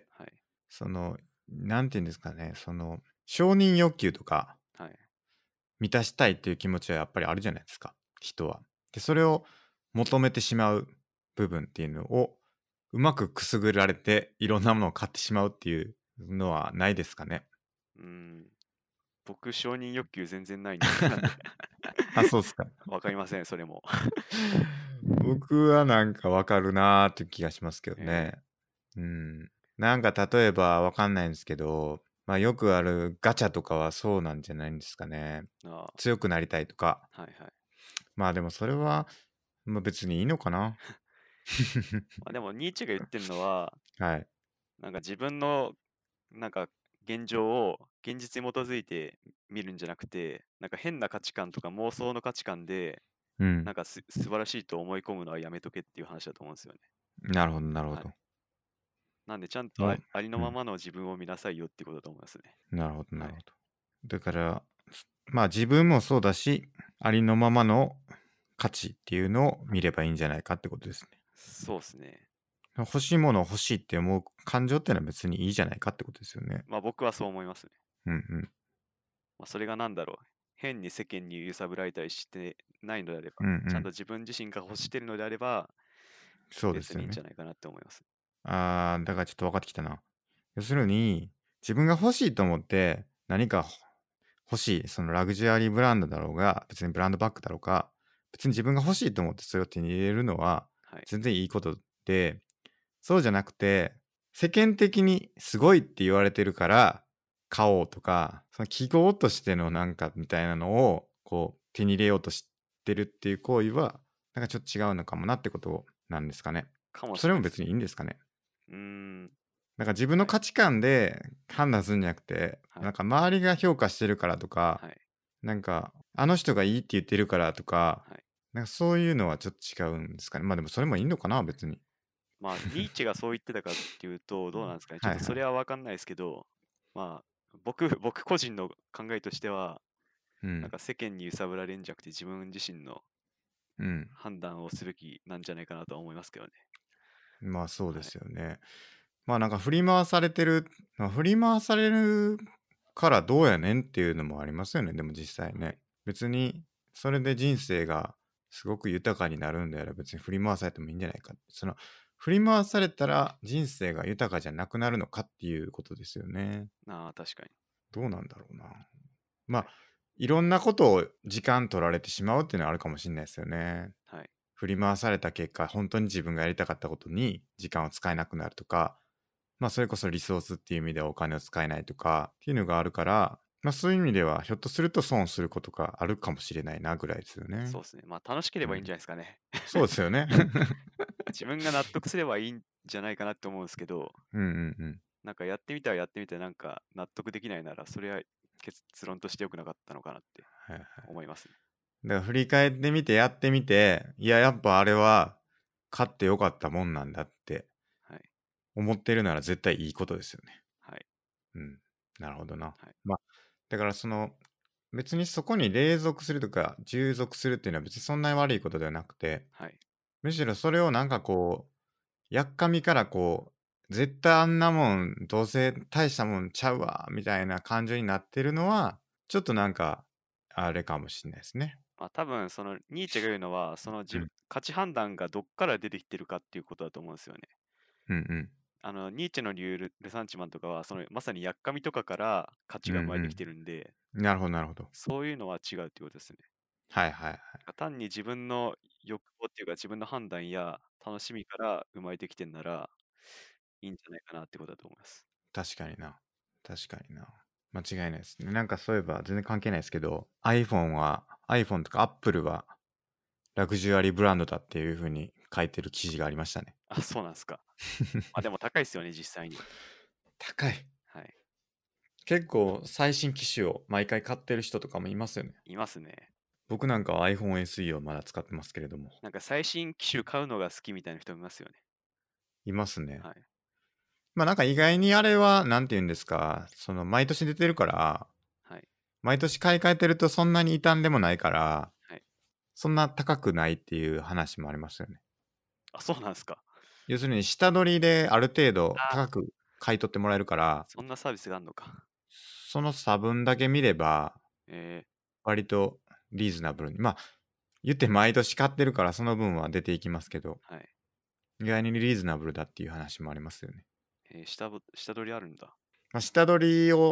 はい。 その、なんていうんですかね、その、承認欲求とかはい。 満たしたいっていう気持ちはやっぱりあるじゃないですか、人は。で、それを求めてしまう部分っていうのをうまくくすぐられていろんなものを買ってしまうっていうのはないですかね。 うん。 僕、承認欲求全然ない人間なんで。 あ、そうっすか。 わかりません、それも。 僕はなんかわかるなーって気がしますけどえね。うん。なんか例えばわかんないんですけど、まあよくあるガチャとかはそうなんじゃないんですかね。 ー、あ強くなりたいとか。 ーはいはい。 まあでもそれは、まあ別にいいのかな。 まあ、でも、ニーチェが言ってるのは、 はい。 なんか自分の、なんか現状を現実に基づいて見るんじゃなくて、なんか変な価値観とか妄想の価値観で、 うん。 なんかす素晴らしいと思い込むのはやめとけっていう話だと思うんですよね。 なるほど、なるほはい。 ど。 なんで、ちゃんともう、 ありありのうん。 ままの自分を見なさいよっていうことだと思いますね。 なるほど、なはい。 るほど。だから、まあ自分もそうだし、ありのままの価値っていうのを見ればいいんじゃないかってことですね。 そうですね。 欲しいものを欲しいって思う感情ってのは別にいいじゃないかってことですよね。 まあ僕はそう思いますね。 うんうん。 まあ、それがなんだろう。変に世間に揺さぶられたりしてないのであれば、 うんうん。 ちゃんと自分自身が欲してるのであれば、 そうで別にいいんじすよね。 ゃないかなって思います。 あー、だからちょっと分かってきたな。要するに、自分が欲しいと思って何か欲しい、そのラグジュアリーブランドだろうが、別にブランドバッグだろうか、別に自分が欲しいと思ってそれを手に入れるのははい。 全然いいことで、そうじゃなくて、世間的にすごいって言われてるから買おうとか、その記号としてのなんかみたいなのをこう手に入れようとしてるっていう行為は、なんかちょっと違うのかもなってことなんですかね。 かもしそれも別にいいれないですね。 んですかね。 うーん。 なんか自分のはい。 価値観で判断するんじゃなくて、 はい。 なんか周りが評価してるからとか、 はい。 なんかあの人がいいって言ってるからとか、 はい。 なんかそういうのはちょっと違うんですかね。まあでもそれもいいのかな、別に。 まあ、ニーチェがそう言ってたかっていうと、どうなんですかね。ちょっとそれはいはい。 はわかんないですけど、まあ、僕、僕個人の考えとしては、 うん。 なんか世間に揺さぶられんじゃなくて自分自身のうん。 判断をすべきなんじゃないかなとは思いますけどね。 まあそうではい。 すよね。まあなんか振り回されてる、まあ、振り回されるからどうやねんっていうのもありますよね。でも実際ね。 はい。 別にそれで人生がすごく豊かになるんであれば別に振り回されてもいいんじゃないか。その振り回されたら人生が豊かじゃなくなるのかっていうことですよね。 ああ、確かに。 どうなんだろうな。まあはい。 いろんなことを時間取られてしまうっていうのはあるかもしれないですよね。 はい。 振り回された結果、本当に自分がやりたかったことに時間を使えなくなるとか、まあそれこそリソースっていう意味ではお金を使えないとかっていうのがあるから、まあそういう意味ではひょっとすると損することがあるかもしれないなぐらいですよね。 そうですね。まあ、楽しければいいんじうん。 ゃないですかね。 そうですよね。 自分が納得すればいいんじゃないかなって思うんですけど、 うんうんうん。 なんかやってみたらやってみて、なんか納得できないなら、それは結論として良くなかったのかなってはいはい。 思いますね。 だから振り返ってみてやってみて、いややっぱあれは勝ってよかったもんなんだってはい。 思ってるなら絶対いいことですよね。 はい。 うん。なるほどな。 はい。 まあ、だからその、別にそこに隷属するとか従属するっていうのは別にそんなに悪いことではなくて、 はい。 むしろそれをなんかこう、やっかみからこう、絶対あんなもん、どうせ大したもんちゃうわ、みたいな感情になってるのは、ちょっとなんか、あれかもしんないですね。 まあ、多分、そのニーチェが言うのは、その自分うん。 価値判断がどっから出てきてるかっていうことだと思うんですよね。 うんうん。 あの、ニーチェの理由ル、ルサンチマンとかは、そのまさにやっかみとかから価値うんが生まれてきうん。 てるんで、 なるほどなるほど。 そういうのは違うっていうことですね。 はいはいはい。 単に自分の欲望っていうか自分の判断や楽しみから生まれてきてんならいいんじゃないかなってことだと思います。 確かにな。確かにな。間違いないですね。なんかそういえば全然関係ないですけど、iPhone は、iPhone とか Apple はラグジュアリーブランドだっていう風に書いてる記事がありましたね。 あ、そうなんですか。あ、でも高いですよね、実際に。 高い。 はい。 結構最新機種を毎回買ってる人とかもいますよね。 いますね。 僕なんかは iPhone エスイー をまだ使ってますけれども。 なんか最新機種買うのが好きみたいな人もいますよね。 いますね。 はい。 まあなんか意外にあれは、なんて言うんですか、その毎年出てるから、 はい。 毎年買い替えてるとそんなに傷んでもないから、 はい。 そんな高くないっていう話もありますよね。 あ、そうなんですか。 要するに下取りである程度あ、 高く買い取ってもらえるから、 そんなサービスがあるのか。 その差分だけ見れば、 え割とリーズナブルに。まあ、言って毎年買ってるからその分は出ていきますけど、 ー、はい。 意外にリーズナブルだっていう話もありますよね。 えー下ぼ、下取りあるんだ。 まあ、下取りを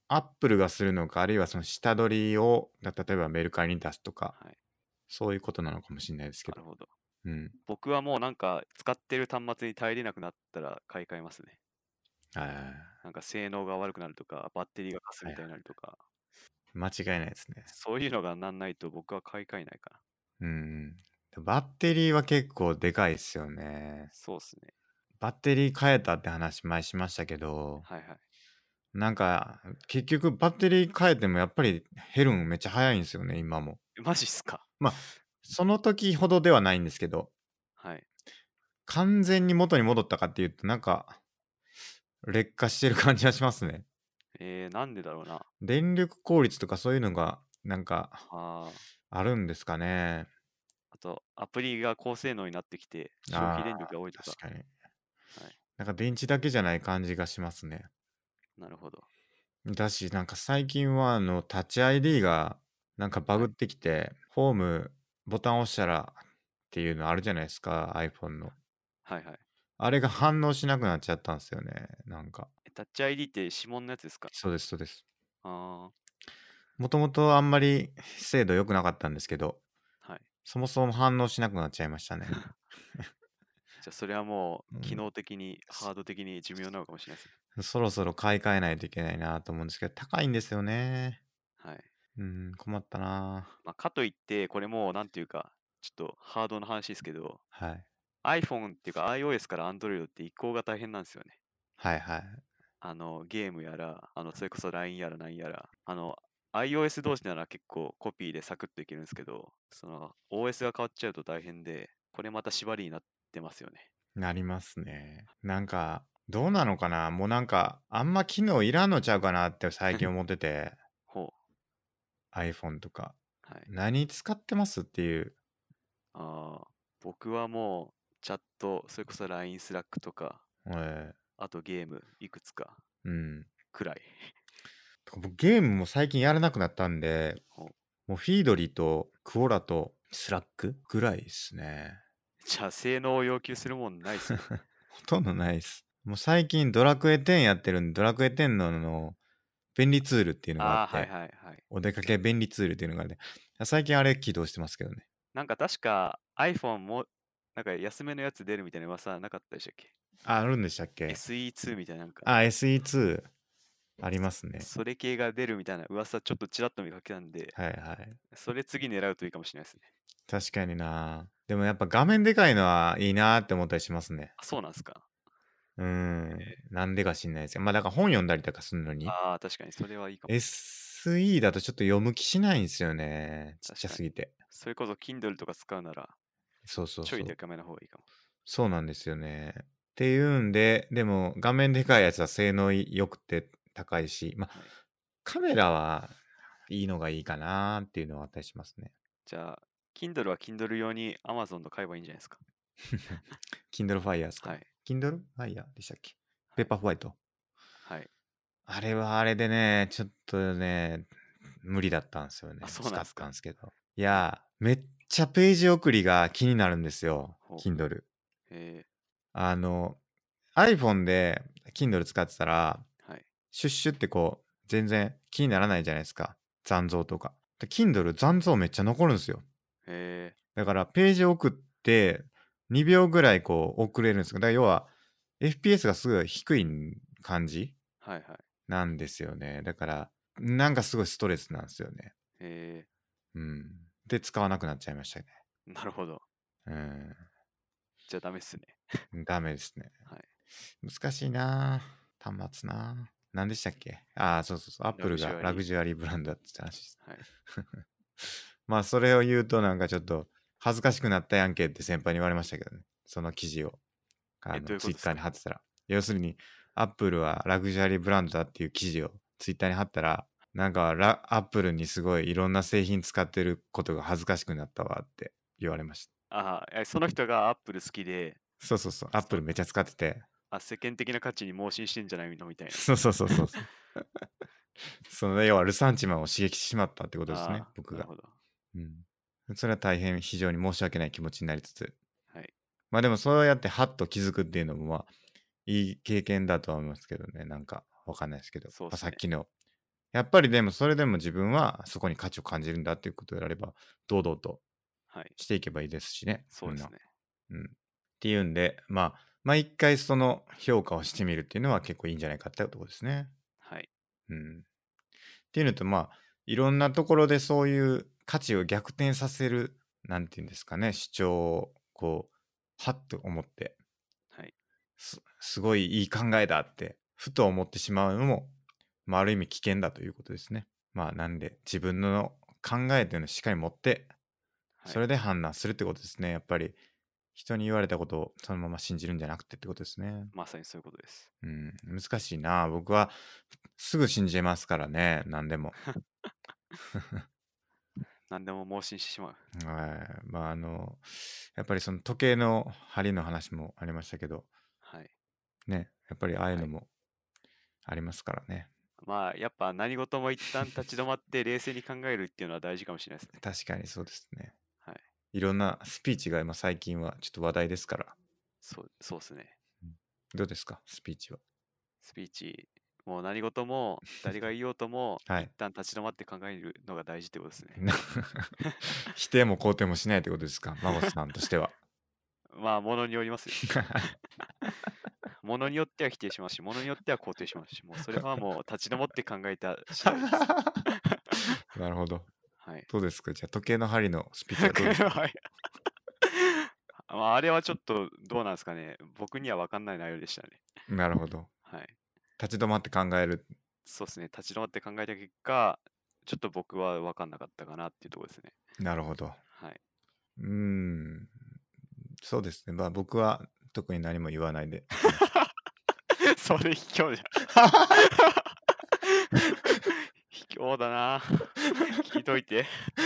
アップルがするのか、あるいはその下取りを、例えばメルカリに出すとか、 はい。 そういうことなのかもしれないですけど。 なるほど。 うん。 僕はもうなんか使ってる端末に耐えれなくなったら買い替えますね。 ああ、 なんか性能が悪くなるとか、バッテリーがカスみたいはいはい。 になるとか、 間違いないですね。 そういうのがなんないと僕は買い替えないかな。 うん。バッテリーは結構でかいですよね。 そうっすね。 バッテリー変えたって話前しましたけど、 はいはい。 なんか結局バッテリー変えてもやっぱり減るんめっちゃ早いんですよね、今も。 えマジっすか？ まあ、その時ほどではないんですけど、 はい。 完全に元に戻ったかっていうと、なんか劣化してる感じがしますね。 えー、なんでだろうな。 電力効率とかそういうのがなんかああ、 あるんですかね。 あと、アプリが高性能になってきて、消費あ電力が多いあ、 とか。 確かに。 はい。 なんか電池だけじゃない感じがしますね。 なるほど。 だし、なんか最近はあのタッチ アイディー がなんかバはい。 グってきて、ホームボタン押したらっていうのあるじゃないですか、iPhone の。 はいはい。 あれが反応しなくなっちゃったんですよね、なんか。 えタッチ アイディー って指紋のやつですか？ そうです、そうです。 あもともとあんまり精度良くなかったんですけど、 あ、はい。 そもそも反応しなくなっちゃいましたね。 じゃあ、それはもう、機うん、 能的に、ハード的に寿命なのかもしれないですね。 そそろそろ買い替えないといけないなと思うんですけど、高いんですよね。 はい。 うん、困ったな。 まあ、かといって、これも、なんていうか、ちょっとハードの話ですけど、 はい。 iPhone っていうか iOS から Android って移行が大変なんですよね。 はいはい。 あの、ゲームやら、あの、それこそ ライン やら何やら、あの、iOS 同士なら結構コピーでサクッといけるんですけど、その オーエス が変わっちゃうと大変で、これまた縛りになってますよね。 なりますね。なんか、どうなのかな、もうなんか、あんま機能いらんのちゃうかなって最近思ってて、 ほ iPhone とか。 う。はい。 何使ってますっていう。 ああ、僕はもう、チャット、それこそ ライン、スラックとか、 えあとゲーム、いくつかーうん。 くらい。 僕ゲームも最近やらなくなったんで、 ほうもうフィードリーとクオラとスラックぐらいですね。 じゃあ、性能を要求するもんないっすね。 ほとんどないです。もう最近ドラクエテンやってるんで、ドラクエテンのの便利ツールっていうのがあっああ、はいて、 はいはい。 お出かけ便利ツールっていうのがあって、最近あれ起動してますけどね。 なんか確か iPhone も、なんか安めのやつ出るみたいな噂なかったでしたっけ？ あ、あるんでしたっけ？ エスイーツー みたいななんか、 あ、エスイーツー ありますね。 それ系が出るみたいな噂ちょっとちらっと見かけたんで、 はいはい。 それ次狙うといいかもしれないですね。 確かにな。でもやっぱ画面でかいのはいいなって思ったりしますね。 あ、そうなんすか。 うーん。なんでか知んないですよ。まあだから本読んだりとかするのに、 ああ、確かにそれはいいかも。 エスイー だとちょっと読む気しないんですよね。ちっち確かに。 ゃすぎて。 それこそ Kindle とか使うなら、 そうそうそう。 ちょいデカめの方がいいかも。 そうなんですよね。っていうんで、でも画面でかいやつは性能良くて高いし、まあはい。 カメラはいいのがいいかなっていうのはあったりしますね。 じゃあ、Kindle は Kindle 用に Amazon と買えばいいんじゃないですか。 Kindle Fire ですか？ はい。 Kindle Fire でしたっけ？ペはい。 ーパーホワイト。 はい。 あれはあれでね、ちょっとね、無理だったんですよあ、 ね。使っそうなんすか。 たんですけど。いや、めっちゃページ送りが気になるんですよ。 ほう。 Kindle。 えあの、iPhone で Kindle 使ってたら、 ー、はい。 シュッシュってこう、全然気にならないじゃないですか。残像とか。で Kindle 残像めっちゃ残るんですよ。 えだからページ送ってにびょうぐらいこう遅れるんですよ。だから要は エフピーエス がすごい低い感じー、はいはい。 なんですよね。だからなんかすごいストレスなんですよね。 えうん。で、使わなくなっちゃいましたね。 ー、なるほど。 うじゃあダメっすね。 ん。ダメですね。 はい。 難しいなぁ端末なぁ何でしたっけ？ああ、そうそうそう。アッラプルグジュアリー。 がラグジュアリーブランドだって話です。 はい。 まあ、それを言うとなんかちょっと恥ずかしくなったやんけって先輩に言われましたけどね。その記事を。あえ、どうの、ツイッターいうことですか？ に貼ってたら。要するに、アップルはラグジュアリーブランドだっていう記事をツイッターに貼ったら、なんかラ、アップルにすごいいろんな製品使ってることが恥ずかしくなったわって言われました。 ああ、えその人がアップル好きで、 そうそうそう。アップそルめっちゃ使ってて。 あ、世間的な価値に盲信してんじゃないのみたいな。 そうそうそうそう。その、要はルサンチマンを刺激してしまったってことですね、 ああ、 僕が。 なるほど。 うん。それは大変非常に申し訳ない気持ちになりつつ。 はい。 まあでもそうやってハッと気づくっていうのもまあいい経験だとは思いますけどね。なんかわかんないですけど。まあ、 そうっすね。 さっきのやっぱりでもそれでも自分はそこに価値を感じるんだっていうことであれば、堂々とはい。 していけばいいですしね、みんな。 そうですね。 うん。っていうんで、まあ、毎回その評価をしてみるっていうのは結構いいんじゃないかってところですね。 はい。 うん。っていうのと、まあ、いろんなところでそういう価値を逆転させる、なんていうんですかね、主張を、こう、はっと思って、 はい。 すすごいいい考えだって、ふと思ってしまうのも、まあ、ある意味危険だということですね。まあ、なんで、自分の考えというのをしっかり持って、 はい。 それで判断するってことですね。やっぱり、人に言われたことをそのまま信じるんじゃなくてってことですね。 まさにそういうことです。 うん、難しいな。僕はすぐ信じますからね、何でも。 何でも盲信してしまう。 はい。まあ、あの、やっぱりその時計の針の話もありましたけど、 はい。 ね、やっぱりああいうはい。 のもありますからね。 まあ、やっぱ何事も一旦立ち止まって冷静に考えるっていうのは大事かもしれないですね。 確かにそうですね。 はい。 いろんなスピーチが今最近はちょっと話題ですから。 そう、そうですね。 うん、どうですか、スピーチは。 スピーチ、もう何事も誰が言おうともはい。 一旦立ち止まって考えるのが大事ってことですね。 否定も肯定もしないってことですか、マゴスさんとしては。 まあ、ものによりますよ。ものによっては否定しますし、ものによっては肯定しますし、もうそれはもう立ち止まって考えた次第です。 なるほど。 はい。 どうですか、じゃあ時計の針のスピーチはどうでしたか。 はい。まあ、あれはちょっとどうなんですかね。僕には分かんない内容でしたね。 なるほど。 はい。 立ち止まって考える。 そうですね。立ち止まって考えた結果、ちょっと僕は分かんなかったかなっていうところですね。 なるほど。 はい。 うーん。そうですね。まあ僕は特に何も言わないでいます。 それ卑怯じゃん。卑怯だな。聞いといて。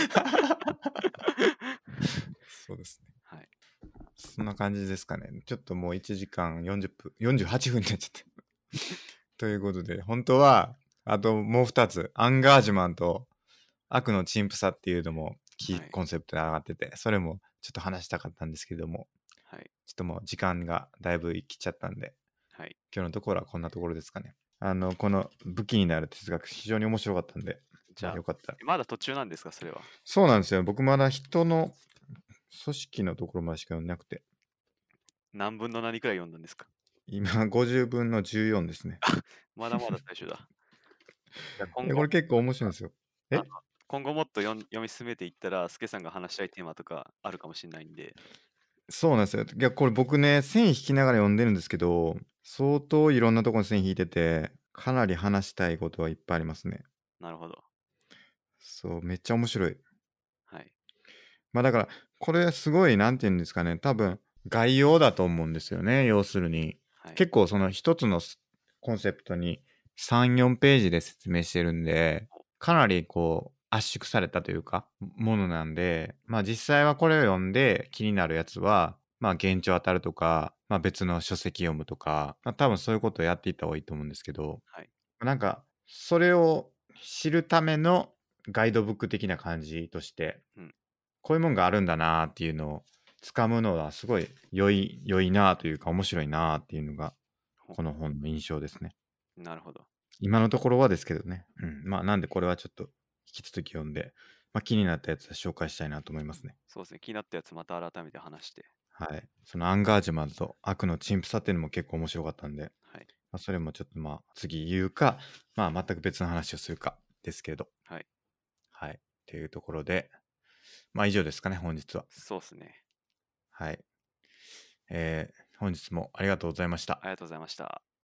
そうですね。 はい。 そんな感じですかね。ちょっともういちじかんよんじゅっぷん、よんじゅうはっぷんになっちゃった。ということで、本当は、あともうふたつ、アンガージュマンと悪の陳腐さっていうのもキーはい。 コンセプトで上がってて、それもちょっと話したかったんですけども、 はい。 ちょっともう時間がだいぶいきちゃったんで、 はい。 今日のところはこんなところですかね。あの、この武器になる哲学、非常に面白かったんで、 じゃあ、 まあよかったら。 まだ途中なんですか、それは。 そうなんですよ。僕まだ人の組織のところまでしか読んでなくて、 何分の何くらい読んだんですか。 今ごじゅうぶんのじゅうよんですね。 まだまだ最初だ。じゃあ今え、 後、 これ結構面白いんですよ。 あのえ今後もっと読ん読み進めていったら、スケさんが話したいテーマとかあるかもしれないんで、 そうなんですよ。いや、これ僕ね、線引きながら読んでるんですけど、相当いろんなところに線引いてて、かなり話したいことはいっぱいありますね。 なるほど。 そう、めっちゃ面白い。 はい。 まあだから、これすごい、なんて言うんですかね、多分、概要だと思うんですよね、要するに。 はい。 結構その一つのスコンセプトにさん、よんページで説明してるんで、かなりこう、圧縮されたというか、ものなんで、まあ実際はこれを読んで気になるやつは、まあ現地を当たるとか、まあ別の書籍読むとか、まあ多分そういうことをやっていった方がいいと思うんですけど、 はい。 なんか、それを知るためのガイドブック的な感じとして、 うん。 こういうもんがあるんだなっていうのを掴むのはすごい良い、良いなというか面白いなっていうのが、 ほこの本の印象ですね。 なるほど。 今のところはですけどね。うん。まあ、なんでこれはちょっと引き続き読んで、まあ、気になったやつは紹介したいなと思いますね。 そうですね。気になったやつまた改めて話して。 はい。そのアンガージュマンと悪の陳腐さっていうのも結構面白かったんで、 はい。 まあ、それもちょっとまあ次言うか、まあ全く別の話をするかですけど、 はい。 はい。っていうところで、まあ以上ですかね、本日は。 そうですね。 はい。えー本日もありがとうございました。 ありがとうございました。